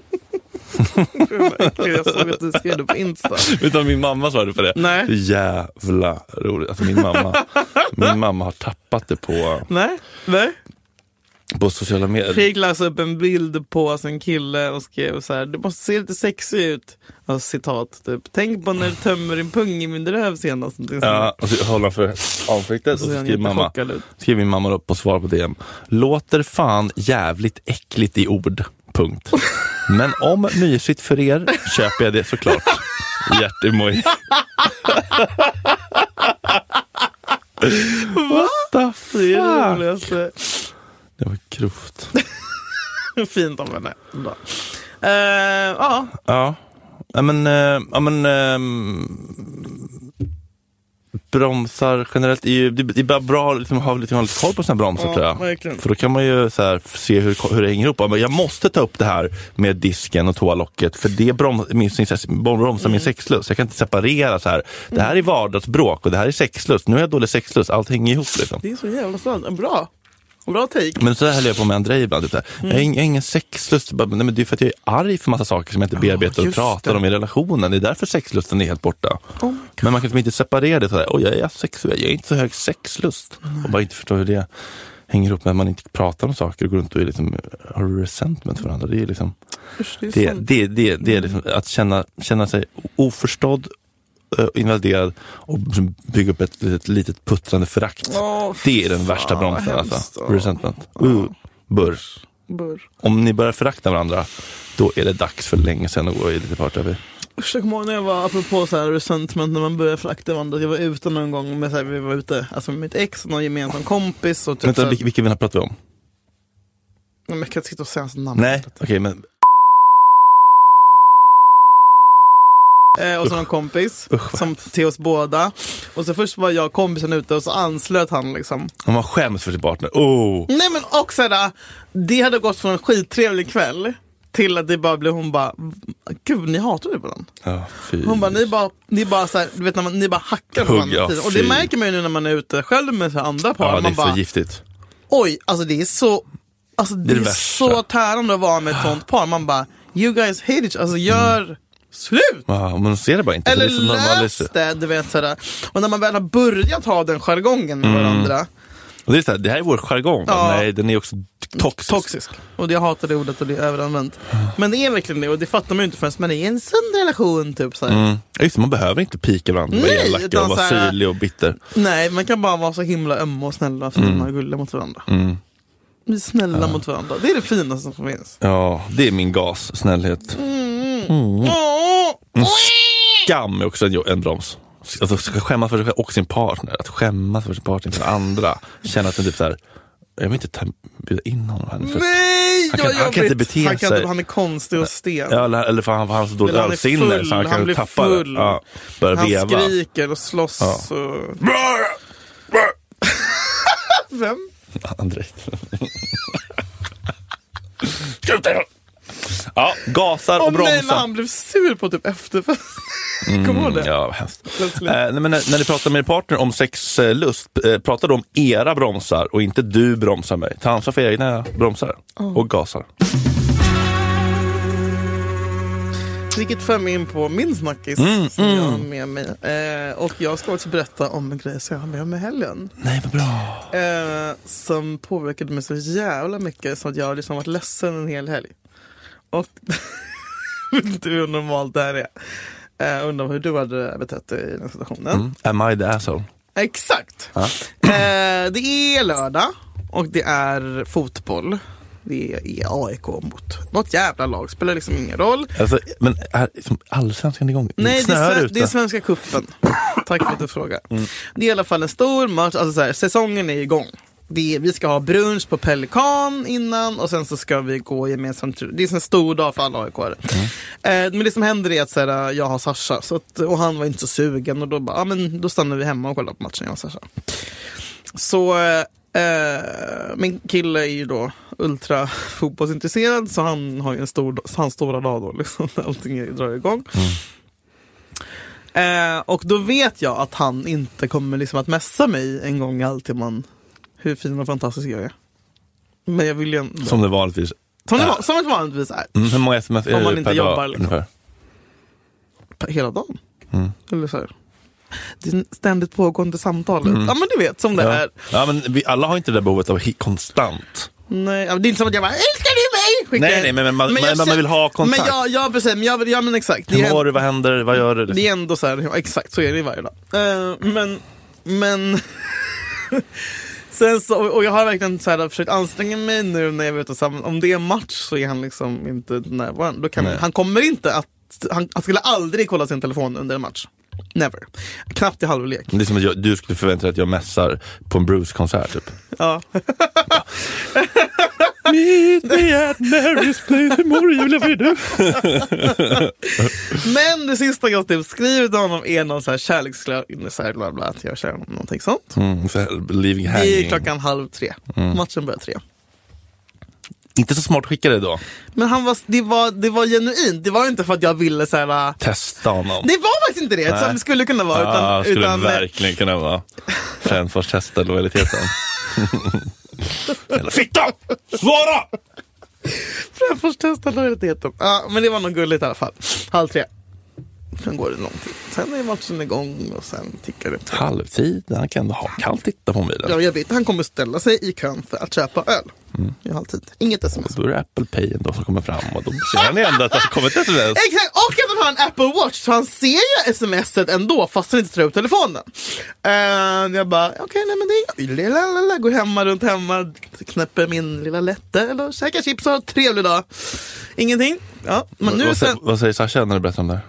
Jag såg att du skrev det på Insta. Utan min mamma svarade på det. Nej. Det är jävla roligt. Alltså min mamma, min mamma har tappat det på... Nej, nej. På sociala medier. Fick läsa upp en bild på en kille och skrev så här: du måste se lite sexig ut. Alltså, citat typ. Tänk på när du tömmer din pung i min röv senast. Ja, och så håller han för ansiktet. Och så skriver mamma, skriver min mamma då på svar på D M. Låter fan jävligt äckligt i ord. Punkt. Men om mysigt för er köper jag det såklart. Hjärtemoj. What the fuck? Det var grovt. Fint om henne. Bra. Uh, ja. Ja. Ja men, uh, ja, men uh, bromsar generellt är ju, det är bara bra att liksom, ha, liksom, ha lite koll på sina bromsar, ja, tror jag. Verkligen. För då kan man ju så här, se hur, hur det hänger ihop. Men jag måste ta upp det här med disken och toalocket, för det broms, min, bromsar mm. min sexlust. Jag kan inte separera så här. Det här är vardagsbråk och det här är sexlust. Nu är jag dålig sexlust. Allt hänger ihop liksom. Det är så jävla sant. Bra. Bra take. Men så här höll jag på med Andrei ibland. Typ. Mm. Jag har ingen, ingen sexlust. Nej, men det är för att jag är arg för massa saker som jag inte bearbetar oh, och pratar det. om i relationen. Det är därför sexlusten är helt borta. Oh, men man kan inte separera det. Så oh, jag är sexuell. Jag är inte så hög sexlust. Mm. Och bara inte förstå hur det hänger ihop med att man inte pratar om saker och går runt och är liksom, har resentment för varandra. Det är liksom, Usch, det, är det, det, det, det är liksom att känna, känna sig oförstådd, invaliderad och bygga upp ett litet, litet puttrande förakt. Oh, det är den värsta bromsen, alltså. Resentment. Uh, burr. Burr. Om ni börjar förakta varandra, då är det dags för länge sedan att gå i lite parterapi. Jag kommer ihåg när jag var, apropå så här resentment, när man börjar förakta varandra. Jag var ute någon gång med så här, vi var ute, alltså med mitt ex och någon gemensam kompis. Och typ vänta, vilken, vilken vi pratar vi om? Jag kan inte sitta och säga hans namn. Nej, okej, okay, men Eh, och så någon kompis Usch. som till oss båda. Och så först var jag kompisen ute och så anslöt han liksom. Om man skäms för sin partner. Oh. Nej men också där, det hade gått från en skittrevlig kväll till att det bara blev, hon bara, gud ni hatar det på den. Ja, fy. Hon bara, ni bara, ni bara så här, du vet när man, ni bara hackar på varandra. Ja, och det märker man ju nu när man är ute själv med så andra par. Ja, det är man för bara, giftigt. Oj, alltså det är så, alltså det, det är, är så tärande att vara med ett sånt par. Man bara, you guys hate each, alltså gör mm. slut! Ja, man ser det bara inte. Eller det lös det, du vet sådär. Och när man väl har börjat ha den jargongen med mm. varandra. Och det är så här, det här är vår jargong. Ja. Nej, den är också toxisk. Toxisk. Och jag hatar det ordet och det är överanvänt. Men det är verkligen det, och det fattar man ju inte förrän man är i en sund relation typ så här. Mm. Just, man behöver inte pika varandra med elaka och vara syrlig och bitter. Nej, man kan bara vara så himla ömma och snälla och fina mm. och gulliga mot varandra. Mm. Vi är snälla ja. mot varandra. Det är det finaste som finns. Ja, det är min gas, snällhet. Mm. Mm. Mm. Skam är också en, en broms. Alltså ska skämmas för sig och sin partner. Att skämmas för sin partner för andra. Känna att den typ så här, jag vill inte ta, bjuda in honom här. För nej, han kan, jag, han kan inte bete han kan sig. Inte, han är konstig och sten. Ja, eller, eller för han har så dåligt ölsinne så han kan han tappa full. det. Ja, börja han veva. skriker och slåss. Ja. Och... Vem? Andrei. Sluta! Ja, gasar och oh, bromsar. Nej, när han blev sur på typ efterfest. Mm, Kommer du det? ja, hemskt. Eh, nej, men när, när ni pratar med er partner om sexlust, eh, pratar du om era bromsar och inte du bromsar mig. Ta ansvar för egna bromsar oh. och gasar. Vilket för mig in på min snackis mm, som mm. jag har med mig. Eh, och jag ska också berätta om en grej som jag har med mig helgen. Nej, vad bra. Eh, som påverkade mig så jävla mycket så att jag har liksom varit ledsen en hel helg. Och du hur normalt det här är. Eh, undrar hur du hade betett dig i den situationen. Mm. Am I the asshole? Exakt. Ah. Eh, det är lördag och det är fotboll. Det är A I K mot något jävla lag. Spelar liksom ingen roll. Alltså, men är liksom allsvenskan igång? Nej, det är, sve- det är Svenska cupen. Tack för att du frågar. Mm. Det är i alla fall en stor match. Alltså så här, säsongen är igång. Det är, vi ska ha brunch på Pelikan innan och sen så ska vi gå gemensamt. Det är en stor dag för alla A I K-are. Mm. Eh, men det som händer är att så här, jag har Sasha så att, och han var inte så sugen och då bara, ja, men då stannar vi hemma och kollar på matchen jag och Sasha. Så eh, min kille är ju då ultra fotbollsintresserad så han har ju en stor, hans stora dag då liksom, allting drar igång. Mm. Eh, och då vet jag att han inte kommer liksom att mässa mig en gång i allt till man hur fin och fantastisk jag är. Men jag vill ju ändå... Som det vanligtvis Som det, som det vanligtvis är. Mm, hur många sms är om man det inte per jobbar dag, liksom. ungefär? Hela dagen. Mm. Eller så här. Det är ständigt pågående samtalet. Mm. Ja men du vet som det ja. är. Ja men vi alla har inte det behovet av konstant. Nej, det är inte som att jag bara älskar du mig? Skickar. Nej nej men man, men man, man vill ha kontakt. Men jag, jag precis, men jag, ja men exakt. Hur mår du, vad händer, vad gör du? Det är ändå så här, ja, exakt så är det i varje dag. Uh, men men sen så, och jag har verkligen så här, försökt anstränga mig nu när jag vet att om det är match så är han liksom inte närvarande. Då kan, han kommer inte att han, han skulle aldrig kolla sin telefon under en match. Never. Knappt i halvlek. Det är som att jag, du skulle förvänta dig att jag mässar på en Bruce-konsert typ. Ja. Meet me at Mary's place. Hur mår du, Julia? Vad är du? Men det sista jag typ skriver till honom är någon så här kärleksglad så här bla bla att jag känner honom någonting sånt. Mm, så här, leaving hanging. Det är klockan halv tre. Mm. Matchen börjar tre. Inte så smart skickade då. Men han var, det, var, det var genuint. Det var inte för att jag ville så här, testa honom. Det var faktiskt inte det. Nej. Som det skulle kunna vara. Utan, ja, skulle utan, verkligen kunna vara. Fränfors testa lojaliteten. Eller fitta! Svara! Fränfors testa lojaliteten. Ja, men det var nog gulligt i alla fall. Halv tre. Sen går det lång tid. Sen är matchen igång och sen tickar det på. Halvtid? Han kan ha kallt titta på mobilen. Ja, jag vet. Han kommer ställa sig i kön för att köpa öl. Mm. I halvtid. Inget sms. Då är det Apple Pay ändå som kommer fram och då ser han ändå att det har kommit ett sms. Exakt, och att han har en Apple Watch så han ser ju smset ändå fast han inte tar upp telefonen. Uh, jag bara, okej, okay, nej men det är lalalala. Går hemma runt hemma, knäpper min lilla lätte eller käkar chips och har en trevlig dag. Ingenting. Ja, men nu vad, sen... vad säger Sasha när du berättar om det här?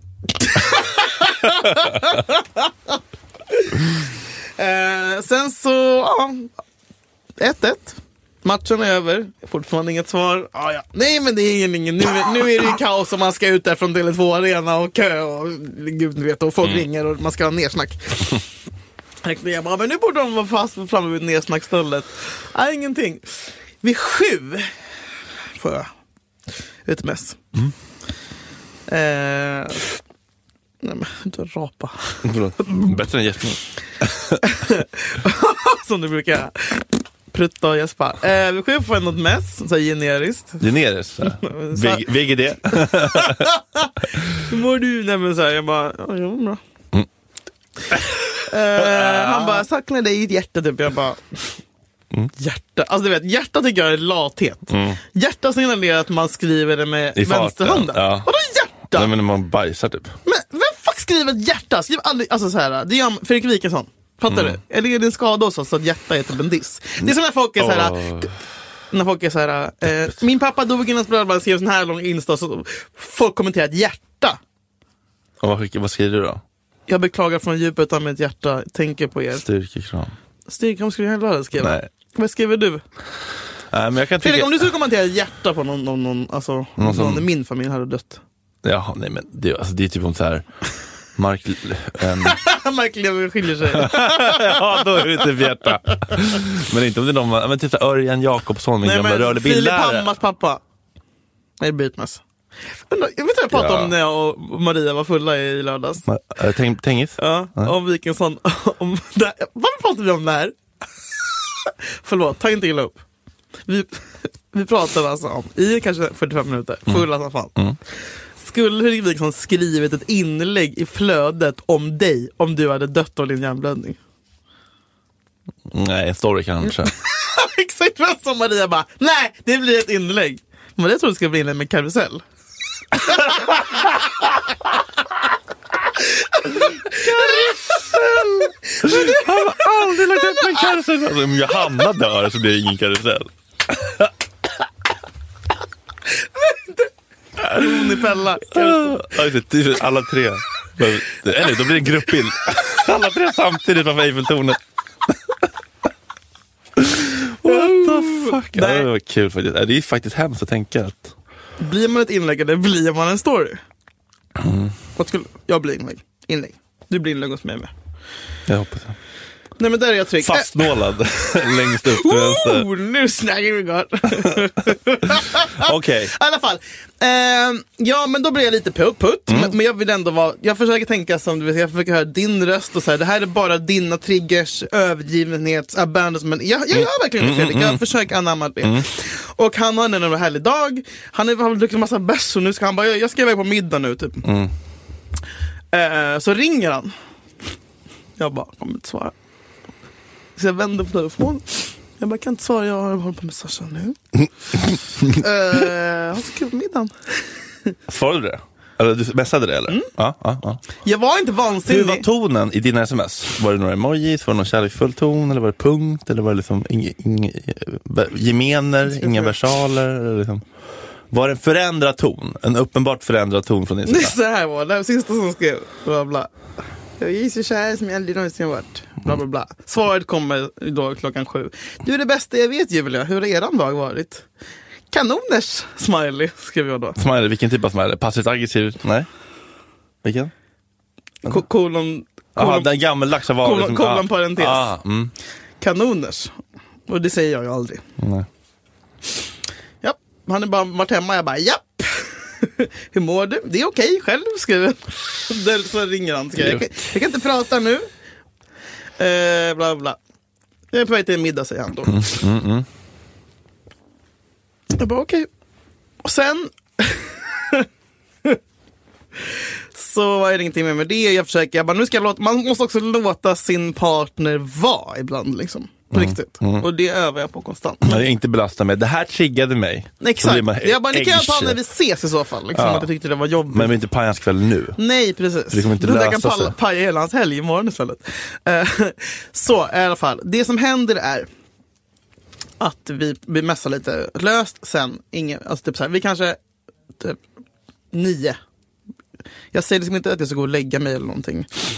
uh, sen så, ja, ett ett. Matchen är över, fortfarande inget svar. Ah, ja. Nej men det är ingen, nu, nu är det ju kaos och man ska ut där från Tele två Arena och kö och gud vet och folk mm. ringer och man ska ha nersnack. Jag bara, men nu borde de vara fast framme vid nersnackstället. Nej, ingenting. Vid sju får jag ett mess. Mm. Eh, nej men, inte rapa. Bättre än gästning. Som du brukar prutta och gäspa. Eh, vi får få något mess, så generiskt. Generiskt? V G D? Hur mår du? Nej, men så här, jag bara, ja, jag mår bra. Mm. Eh, han bara, saknar dig i ett hjärta typ. Jag bara, mm. hjärta. Alltså du vet, hjärta tycker jag är lathet. Mm. Hjärta signalerar att man skriver det med I vänsterhanden. Ja. Och då hjärta? Nej, men man bajsar typ. Men vem fuck skriver ett hjärta? Skriv aldrig, alltså så här, det gör Fredrik Wikingsson. Fattar mm. du? Eller är det en skada också så att hjärta är typ en diss? Det är som när folk är så här, oh. när folk är så här, eh, min pappa dog innan man skrev sån här lång insta så folk kommenterar ett hjärta. Och vad, vad skriver du då? Jag beklagar från djupet av mitt hjärta, tänker på er. Styrkekram. Styrkekram skulle jag hellre skriva. Nej. Vad skriver du? Nej, men jag kan Fredrik, tycka... om du skulle kommentera ett hjärta på någon, någon, någon alltså någon, som... någon i min familj hade dött. Ja, nej men det, alltså, det är typ om så här Mark... Um... Mark Lever skiljer sig. Ja, då är det typ hjärta. Men inte om det är någon, men typ så här Örjan Jakobsson, min nej, gamla rörlig bildlärare. Filip Hammars pappa. Nej, beatmas. Jag vet inte vad jag pratade Ja. om när jag och Maria var fulla i lördags. Ma- Täng, Tengis? Ja, om vilken sån... Om det, varför pratar vi om det här? Förlåt, ta inte illa upp. Vi, vi pratade alltså om, i kanske fyrtiofem minuter, fulla som fan. Mm. Skulle vi liksom skrivit ett inlägg i flödet om dig om du hade dött av din hjärnblödning? Nej, en story kanske. Exakt vad som Maria bara, nej, det blir ett inlägg. Men jag tror det ska bli inlägg med karusell. Han har aldrig lagt upp en karusell. Alltså, om Johanna dör så blir det ingen karusell. Unipella. Ja, alla tre. Eller då blir det en gruppbild. Alla tre samtidigt på Eiffeltornet. What the fuck? Ja, det var kul faktiskt. Det är faktiskt hemskt att tänka att... Blir man ett inlägg eller blir man en story? Mm. Vad skulle... Jag blir inlägg. Inlägg. Du blir inlägg hos mig med. Jag hoppas det. Nej, men där är jag trygg. Fastnålad längst upp till vänster. Oh, nu snackar vi gott. Okej. Okay. I alla fall. Eh, ja, men då blir jag lite putt. putt mm. men, men jag vill ändå vara... Jag försöker tänka som du vet. Jag försöker höra din röst och så här. Det här är bara dina triggers, övergivenhet, abandonment. Jag, jag gör verkligen det, Fredrik. Jag försöker anamma det. Mm. Och han har en härlig dag. Han har druckit en massa bärs och nu ska han bara... Jag, jag ska iväg på middag nu, typ. Mm. Eh, så ringer han. Jag bara, kommer inte svara. Så jag vänder på telefon. Jag bara, kan inte svara, jag håller på med Sasha nu. uh, har så kul på middagen. Svarade du det? Eller du messade det eller? Mm. Ja, ja, ja. Jag var inte vansinnig. Hur var tonen i dina sms? Var det några emojis? Var det någon kärleksfull ton? Eller var det punkt? Eller var det liksom inga, inga, gemener? Inga versaler? Eller liksom... Var det en förändrad ton? En uppenbart förändrad ton från din sida? Det är så här var det. Sista som skrev. Bla bla. Jag är så kär som jag aldrig någonsin varit. Bla bla bla. Svaret kommer då klockan sju. Du är det bästa jag vet, Julia. Hur har eran dag varit? Kanoners, smiley, skrev jag då. Smiley, vilken typ av smiley? Passivt aggressiv? Nej. Vilken? Ko- kolon... Jaha, den gammeldags var... Kolon, liksom, kolon ah, parentes. Ah, mm. Kanoners. Och det säger jag ju aldrig. Nej. Ja, han är bara varit hemma. Jag bara, japp. Hur mår du? Det är okej, själv skriver. Så ringer han. Jag kan, jag kan inte prata nu. Eh, bla bla. Jag är på väg till en middag, säger han då. Mm, mm, mm. Jag bara, okej. Och sen... så var det ingenting med, med det. Jag försöker, jag bara, nu ska jag låta... Man måste också låta sin partner vara ibland, liksom. På mm, riktigt. Mm. Och det övar jag på konstant. Jag är inte belastad med. Det här triggade mig. Exakt. Jag bara, ni kan jag ta när vi ses i så fall. Liksom, ja. Att jag tyckte det var jobbigt. Men vi är inte pajans kväll nu. Nej, precis. Det kommer inte lösa sig. Jag kan paja hela hans helg imorgon istället. Uh, så, i alla fall. Det som händer är att vi, vi mässar lite löst. Sen, ingen, alltså typ så här, vi kanske typ nio. Jag säger liksom inte att jag ska gå och lägga mig eller någonting.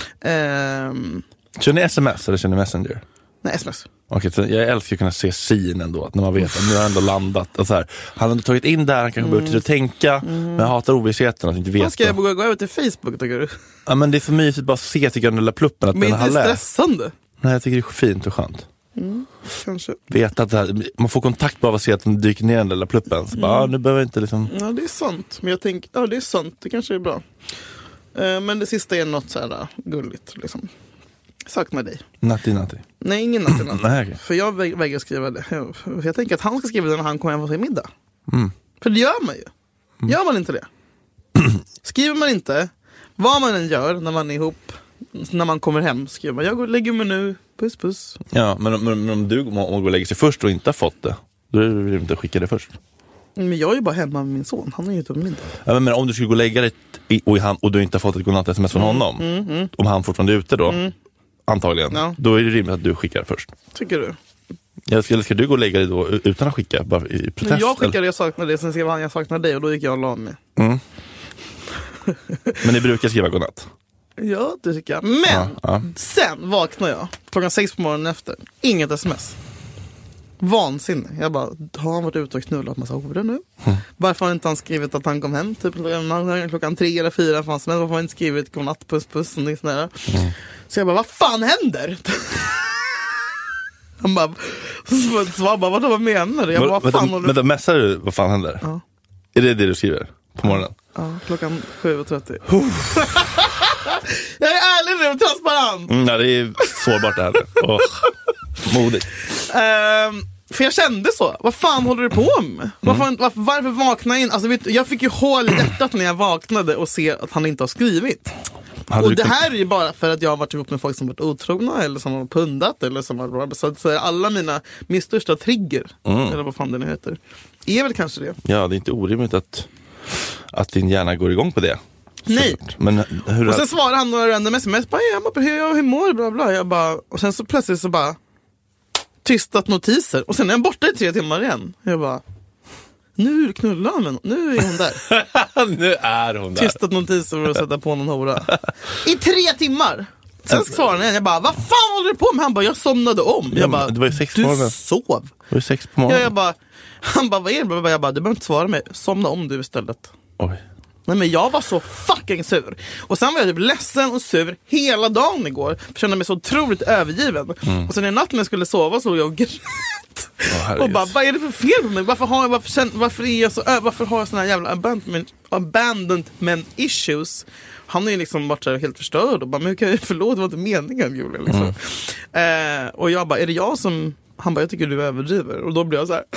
Uh, kör ni sms eller kör ni Messenger? Nej, sms. Okej, så jag älskar att kunna se sin ändå, att när man vet att nu har ändå landat och så här, han har ändå tagit in där, han kanske börjar till att tänka, mm. men jag hatar ovissheten att inte veta. Vad ska jag gå, gå över till Facebook, tycker du? Ja, men det är för mysigt bara att se, tycker jag, den lilla pluppen att men den har läst. Men inte stressande? Nej, jag tycker det är fint och skönt. Mm, kanske. Veta att det här, man får kontakt bara av att se att den dyker ner den lilla pluppen. Så mm. bara, ah, nu behöver jag inte liksom... Ja, det är sant. Men jag tänker, ja det är sant, det kanske är bra. Uh, men det sista är något så här uh, gulligt, liksom. Saknar dig. Natti, natti. Nej, ingen natti, natti. Nej, okay. För jag vä- vägrar skriva det. Jag, jag tänker att han ska skriva det när han kommer hem och säger middag. Mm. För det gör man ju. Mm. Gör man inte det? Skriver man inte, vad man än gör när man är ihop, när man kommer hem, skriver man, jag går och lägger mig nu, puss puss. Ja, men, men, men om du om går och lägger sig först och inte har fått det, då är det inte att skicka det först. Men jag är ju bara hemma med min son, han är ju ute på middag. Ja, men, men om du skulle gå och lägga dig och, han, och du inte har fått ett godnatt-sms från mm, honom, mm, mm. om han fortfarande är ute då, mm. antagligen, ja. Då är det rimligt att du skickar först. Tycker du? Ja, ska, ska du gå och lägga dig då utan att skicka, bara i protest? Men jag skickade, jag saknar dig, sen skrev han, jag saknar dig, och då gick jag och la mig. Mm. Men ni brukar skriva godnatt? Ja, det tycker jag. Men, ja, ja. Sen vaknar jag klockan sex på morgonen efter. Inget sms. Vansinne. Jag bara, har han varit ute och knullat massa horor nu? Mm. Varför har inte han skrivit att han kom hem typ klockan tre eller fyra? Fanns, men varför har han inte skrivit godnatt, puss, puss och sånt där? Mm. Så jag bara, vad fan händer? Han bara, så bara, vad, vad menar du? Jag bara, vad fan men, men då messar du, vad fan händer? Ja. Är det det du skriver på morgonen? Ja, klockan sju och trettio. Jag är ärlig nu och transparent. Mm, nej, det är sårbart det här. Oh, modigt. Um, för jag kände så. Vad fan håller du på med? Varför, mm. varför, varför vakna in? Alltså, vet, jag fick ju hål i hjärtat när jag vaknade och se att han inte har skrivit. Hade och det här är ju bara för att jag har varit ihop med folk som varit otrogna eller som har pundat eller som har så, så alla mina min största trigger mm. eller vad fan det nu heter är väl kanske det. Ja, det är inte orimligt att att din hjärna går igång på det. Nej. Men hur och sen svarar han några random sms bara, jag bara hur, hur mår bla bla. Jag bara, och sen så plötsligt så bara tystat notiser och sen är jag borta i tre timmar igen. Jag bara, nu knullar han med, nu är hon där. Nu är hon där. Tystat notiser för att sätta på någon hora. I tre timmar. Sen svarade han igen, jag bara, vad fan håller du på med? Han bara, jag somnade om. Jag bara, det var ju sex på du morgonen. sov. Det var ju sex på morgonen. Ja, jag bara, han bara, vad är det? Jag bara, du behöver inte svara mig. Somna om du istället. Oj. Nej, men jag var så fucking sur. Och sen var jag typ ledsen och sur hela dagen igår. Jag kände mig så otroligt övergiven. Mm. Och sen i natt när jag skulle sova så jag och grät. Oh, och bara, vad är det för fel på mig? Varför har jag, varför, varför är jag så varför har jag såna här jävla abandonment, abandonment issues? Han är ju liksom varit helt förstörd och bara, men hur kan jag, förlåt, det var inte meningen, Julia, liksom. Mm. Eh, och jag bara, är det jag som, han bara, jag tycker du överdriver. Och då blir jag så här,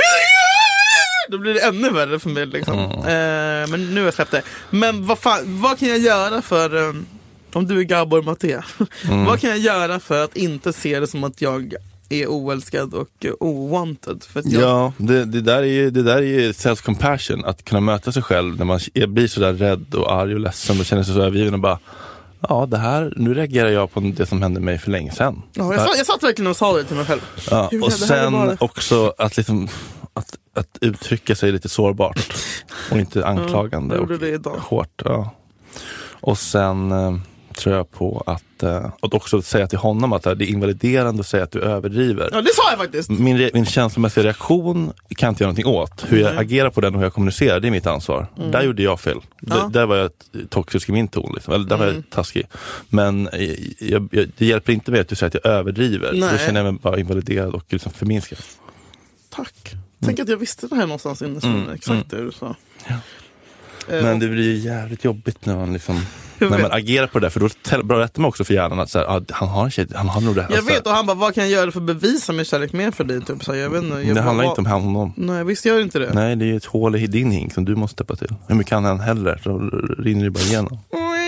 då blir det ännu värre för mig liksom. Mm. Eh, men nu har jag släppt det. Men vad fan, vad kan jag göra för um, om du är Gabor Maté mm. vad kan jag göra för att inte se det som att jag är oälskad och uh, owanted? För att jag... Ja, det, det där är ju det där är ju self-compassion, att kunna möta sig själv när man blir så där rädd och arg och ledsen och känner sig så övergiven och bara, ja, det här, nu reagerar jag på det som hände mig för länge sedan. Ja, jag, satt, jag satt verkligen och sa det till mig själv. Ja, och sen bara... också att liksom Att, att uttrycka sig lite sårbart och inte anklagande och det hårt. Ja. Och sen eh, tror jag på att, eh, att också säga till honom att det är invaliderande att säga att du överdriver. Ja, det sa jag faktiskt. Min, re- min känslomässiga reaktion kan jag inte göra någonting åt. Hur jag mm. agerar på den och hur jag kommunicerar, det är mitt ansvar. Mm. Där gjorde jag fel. Ja. D- där var jag toxisk i min ton. Liksom. Eller där var mm. jag taskig. Men jag, jag, det hjälper inte med att du säger att jag överdriver. Nej. Då känner jag mig bara invaliderad och liksom förminskad. Tack. Tänk att jag visste det här någonstans inne som mm. exakt det du sa. Ja. Men det blir ju jävligt jobbigt när man liksom när man agerar på det där, för då berättar man också för hjärnan att så här, ah, han har en tjej, han har nog det här. Jag vet, och han bara, vad kan jag göra för att bevisa min kärlek mer för dig? Typ. Så jag vet inte, jag det handlar bara, inte om honom. Nej, visst gör det inte det. Nej, det är ett hål i din hink som du måste täppa till. Hur mycket kan han heller, så rinner det bara igenom.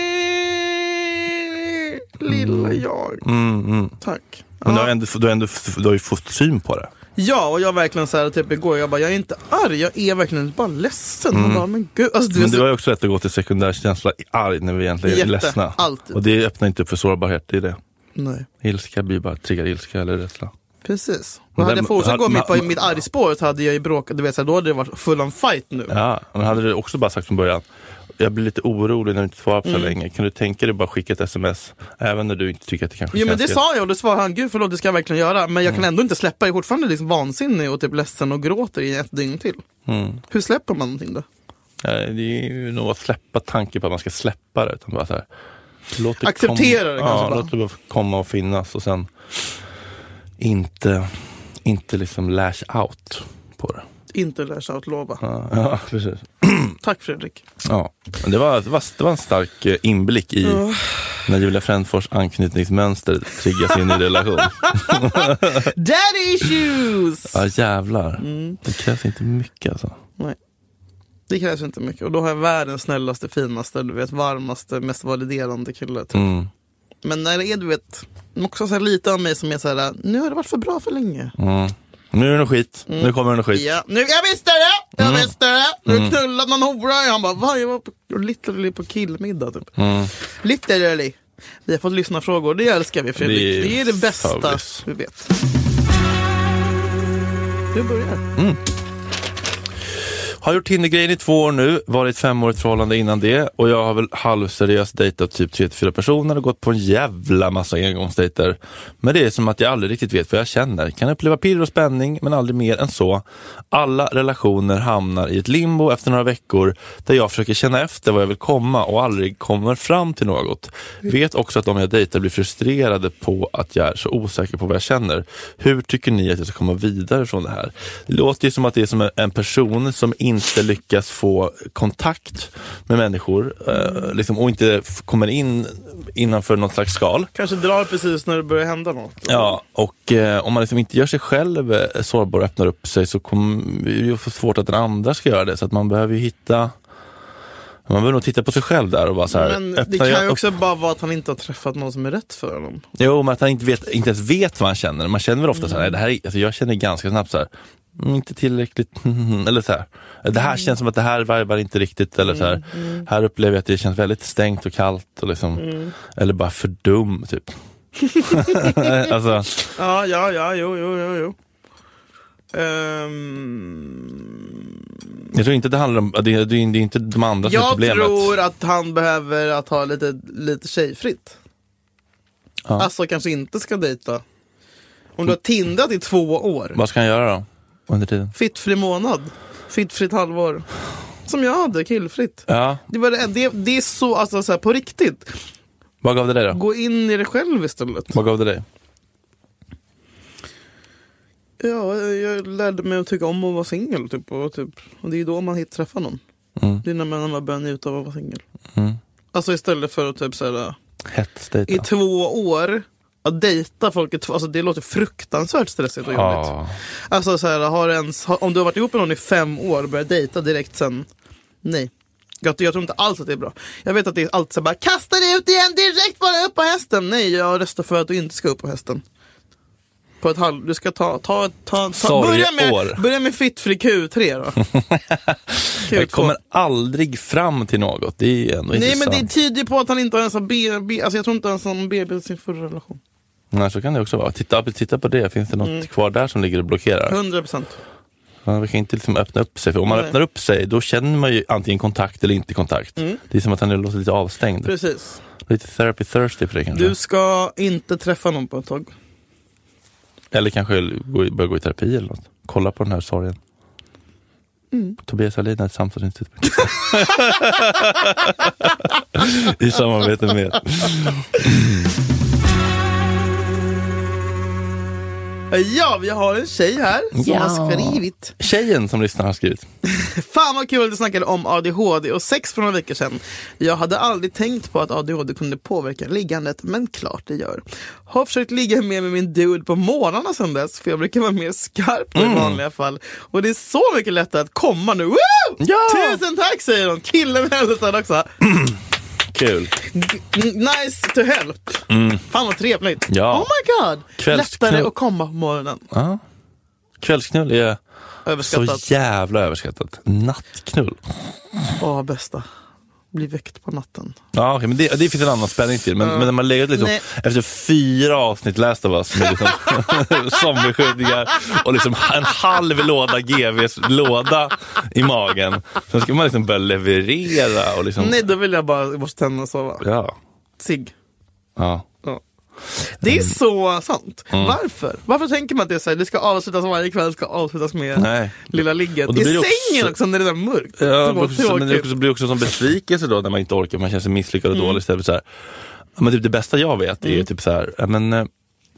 Lilla jag. Mm, mm. Tack. Men ja. du, har ändå, du, har ändå, du har ju fått syn på det. Ja, och jag verkligen så här, typ igår, jag bara, jag är inte arg, jag är verkligen bara ledsen. Mm. Bara, men gud, alltså, du men så... du har ju också rätt att gå till sekundärkänsla arg när vi egentligen Jätte, är ledsna. Alltid. Och det öppnar inte upp för sårbarhet, det är det. Nej. Ilska blir bara triggar ilska eller rädsla. Precis. Och hade jag fortsatt gå mitt på mitt argspår så hade jag ju bråkat, du vet, så här, då hade det varit full on fight nu. Ja, men hade du också bara sagt från början, jag blir lite orolig när du inte svarar på så mm. länge. Kan du tänka dig bara skicka ett sms även när du inte tycker att det kanske jo, känns... Jo, men det sa jag och då svarade han, gud förlåt, det ska jag verkligen göra. Men jag mm. kan ändå inte släppa, jag är fortfarande liksom vansinnig och typ ledsen och gråter i ett dygn till. Mm. Hur släpper man någonting då? Ja, det är ju nog att släppa tanken på att man ska släppa det. Utan bara så här, låt det acceptera komma, det kanske ja, bara. Låt det bara komma och finnas och sen inte, inte liksom lash out på det. Inte lash out, lova. Ja, ja precis. Tack Fredrik. Ja, det var, det var, det var en stark inblick i uh. när Julia Frändfors anknytningsmönster triggas in i relation. Daddy issues! Ja, jävlar. Mm. Det krävs inte mycket alltså. Nej, det krävs inte mycket. Och då har jag världens snällaste, finaste, du vet, varmaste, mest validerande kille. Typ. Mm. Men när det är, du vet, också så här lite av mig som är så här, nu har det varit för bra för länge. Mm. Nu är det något skit. Mm. Nu kommer det något skit. Ja. Nu, jag visste det! Jag mm. visste det! Nu har mm. knullat någon hora. Han bara, vad? Jag var på, literally på killmiddag typ. Mm. Literally. Vi har fått lyssna frågor. Det älskar vi, Fredrik. Det är det, är det bästa service. Vi vet. Nu börjar mm. Har gjort Tinder-grejen i två år nu, varit femårigt förhållande innan det och jag har väl halvseriöst dejtat typ tre till fyra personer och gått på en jävla massa engångsdejter. Men det är som att jag aldrig riktigt vet vad jag känner. Kan uppleva pirr och spänning men aldrig mer än så. Alla relationer hamnar i ett limbo efter några veckor där jag försöker känna efter vad jag vill komma och aldrig kommer fram till något. Vet också att de jag dejtar blir frustrerade på att jag är så osäker på vad jag känner. Hur tycker ni att jag ska komma vidare från det här? Det låter ju som att det är som en person som inte inte lyckas få kontakt med människor eh, liksom, och inte f- kommer in innanför något slags skal. Kanske drar precis när det börjar hända något. Ja, och eh, om man liksom inte gör sig själv eh, sårbar och öppnar upp sig, så kommer det ju få svårt att den andra ska göra det. Så att man behöver ju hitta... Man behöver nog titta på sig själv där och bara så här... Men det kan ju också upp... bara vara att han inte har träffat någon som är rätt för honom. Jo, men att han inte, vet, inte ens vet vad han känner. Man känner väl ofta mm. så här, det här är, alltså jag känner ganska snabbt så här, inte tillräckligt, eller så här. Det här mm. känns som att det här varvar inte riktigt, eller så här. Mm. Här upplever jag att det känns väldigt stängt och kallt och liksom, mm. eller bara för dum typ. Alltså. Ja, ja, ja, jo, jo, jo, jo. Um... Jag tror inte det handlar om, det är, det är inte de andra som är problemet. Jag tror att han behöver att ha lite, lite tjejfritt. Ja. Alltså kanske inte ska dejta. Om du har tindat i två år. Vad ska han göra då? Under tiden? Fittfri månad. Fittfritt halvår. Som jag hade, killfritt. Ja. Det, var det, det, det är så, alltså så här, på riktigt. Vad gav det dig då? Gå in i det själv istället. Vad gav det dig? Ja, jag lärde mig att tycka om att vara singel typ, och, typ, och det är ju då man hittar träffa någon. Mm. Det är när man börjar njuta av att vara singel. Mm. Alltså istället för att typ såhär, hetsdejta. I två år att dejta folk i två, alltså det låter fruktansvärt stressigt och jobbigt. Ah. Alltså såhär, har ens, har, om du har varit ihop med någon i fem år och börjat dejta direkt sen, nej. Jag, jag tror inte alls att det är bra. Jag vet att det är alltid så bara, kasta dig ut igen direkt, bara upp på hästen. Nej, jag röstar för att du inte ska upp på hästen. På ett halv, du ska ta, ta, ta, ta börja med, börja med fittfri Q tre då. Jag kommer aldrig fram till något, det är ändå Nej, intressant. men det tyder på att han inte ens har be, be, alltså jag tror inte ens han bearbetat sin förra relation. Nej, så kan det också vara. Titta, titta på det, finns det något mm. kvar där som ligger och blockerar? hundra procent. Man kan inte liksom öppna upp sig, för om man Nej. öppnar upp sig, då känner man ju antingen kontakt eller inte kontakt. Mm. Det är som att han låter lite avstängd. Precis. Lite therapy thirsty för det kanske. Du ska inte träffa någon på ett tag. Eller kanske gå, börja gå i terapi eller något. Kolla på den här sorgen. Mm. Tobias Alin är ett samtalsinstitut. I samarbete med. Ja, vi har en tjej här som ja. har skrivit. Tjejen som lyssnar har skrivit. Fan vad kul att du snackade om A D H D och sex för några veckor sedan. Jag hade aldrig tänkt på att A D H D kunde påverka liggandet, men klart det gör. Har försökt ligga mer med min dude på morgnarna sedan dess, för jag brukar vara mer skarp mm. i vanliga fall. Och det är så mycket lättare att komma nu. Woo! Ja! Tusen tack, säger hon. Killen hälsar också. Kul. G- nice to help. Mm. Fan vad trevligt. Ja. Oh my god. Kvällsknull. Lättare att komma på morgonen. Ja. Kvällsknull är överskattat. Så jävla överskattat. Nattknull. Åh, bästa. Bli väckt på natten. Ja, okay, men det, det finns en annan spänning till. Men, uh, men när man lägger liksom, efter fyra avsnitt läst av oss med liksom zombieskjutningar och liksom en halv låda G Vs låda i magen, så ska man liksom börja leverera och liksom... Nej, då vill jag bara måste tända och sova. Ja. Sig. Ja. Ja. Det är så sant. Mm. Varför? Varför tänker man att det är så här, det ska avslutas varje kväll, ska avslutas med Nej. lilla ligget i sängen också, också när det är mörkt. Ja, det också, men det också, blir också som besvikelse då när man inte orkar, man känner sig misslyckad och mm. dålig istället för så här. Men typ det bästa jag vet är mm. typ så här, men eh,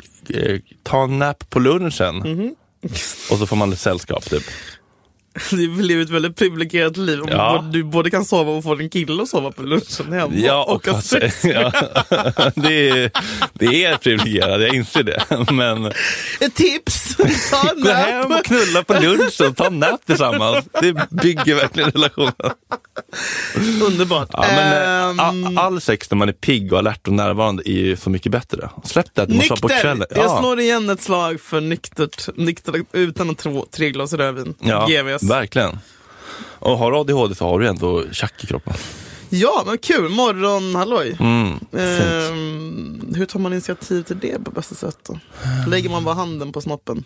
ta en nap på lunchen mm. och så får man ett sällskap typ. Det blir ett väldigt privilegierat liv om ja. du både kan sova och få din kille att sova på lunchen hemma. Ja, och, och sex. Ja. det, är, det är privilegierat, jag inser det. Men ett tips! Ta en gå hem och knulla på lunchen och ta en nap tillsammans. Det bygger verkligen relationen. Underbart. Ja, men, um, all, all sex när man är pigg och alert och närvarande är ju så mycket bättre. Släpp det att man på kvällen. Ja. Jag slår igen ett slag för nyktert, nyktert utan att tro tre glas rödvin. Ja. G V S. Verkligen. Och har A D H D så har du ändå tjack i kroppen. Ja, men kul. Morgon, halloj. Mm, ehm, hur tar man initiativ till det på bästa sätt då? Lägger man bara handen på snoppen?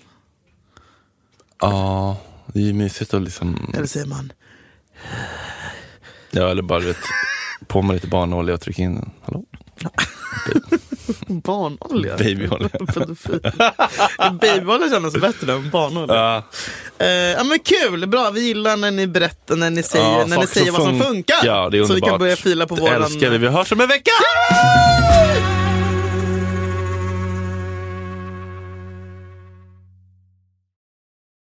Ja, det är ju mysigt att liksom... Eller säger man... Ja, eller bara vet, på med lite barnolja och trycka in den. Hallå? Barnolja? Babyolja. Babyolja känns bättre än barnolja. Ja. Uh, ja men kul, bra, vi gillar när ni berättar, när ni säger, ja, när ni säger vad som funkar. Ja, det är underbart. Så vi kan börja fila på våran... Älskar vi, vi hörs om en vecka!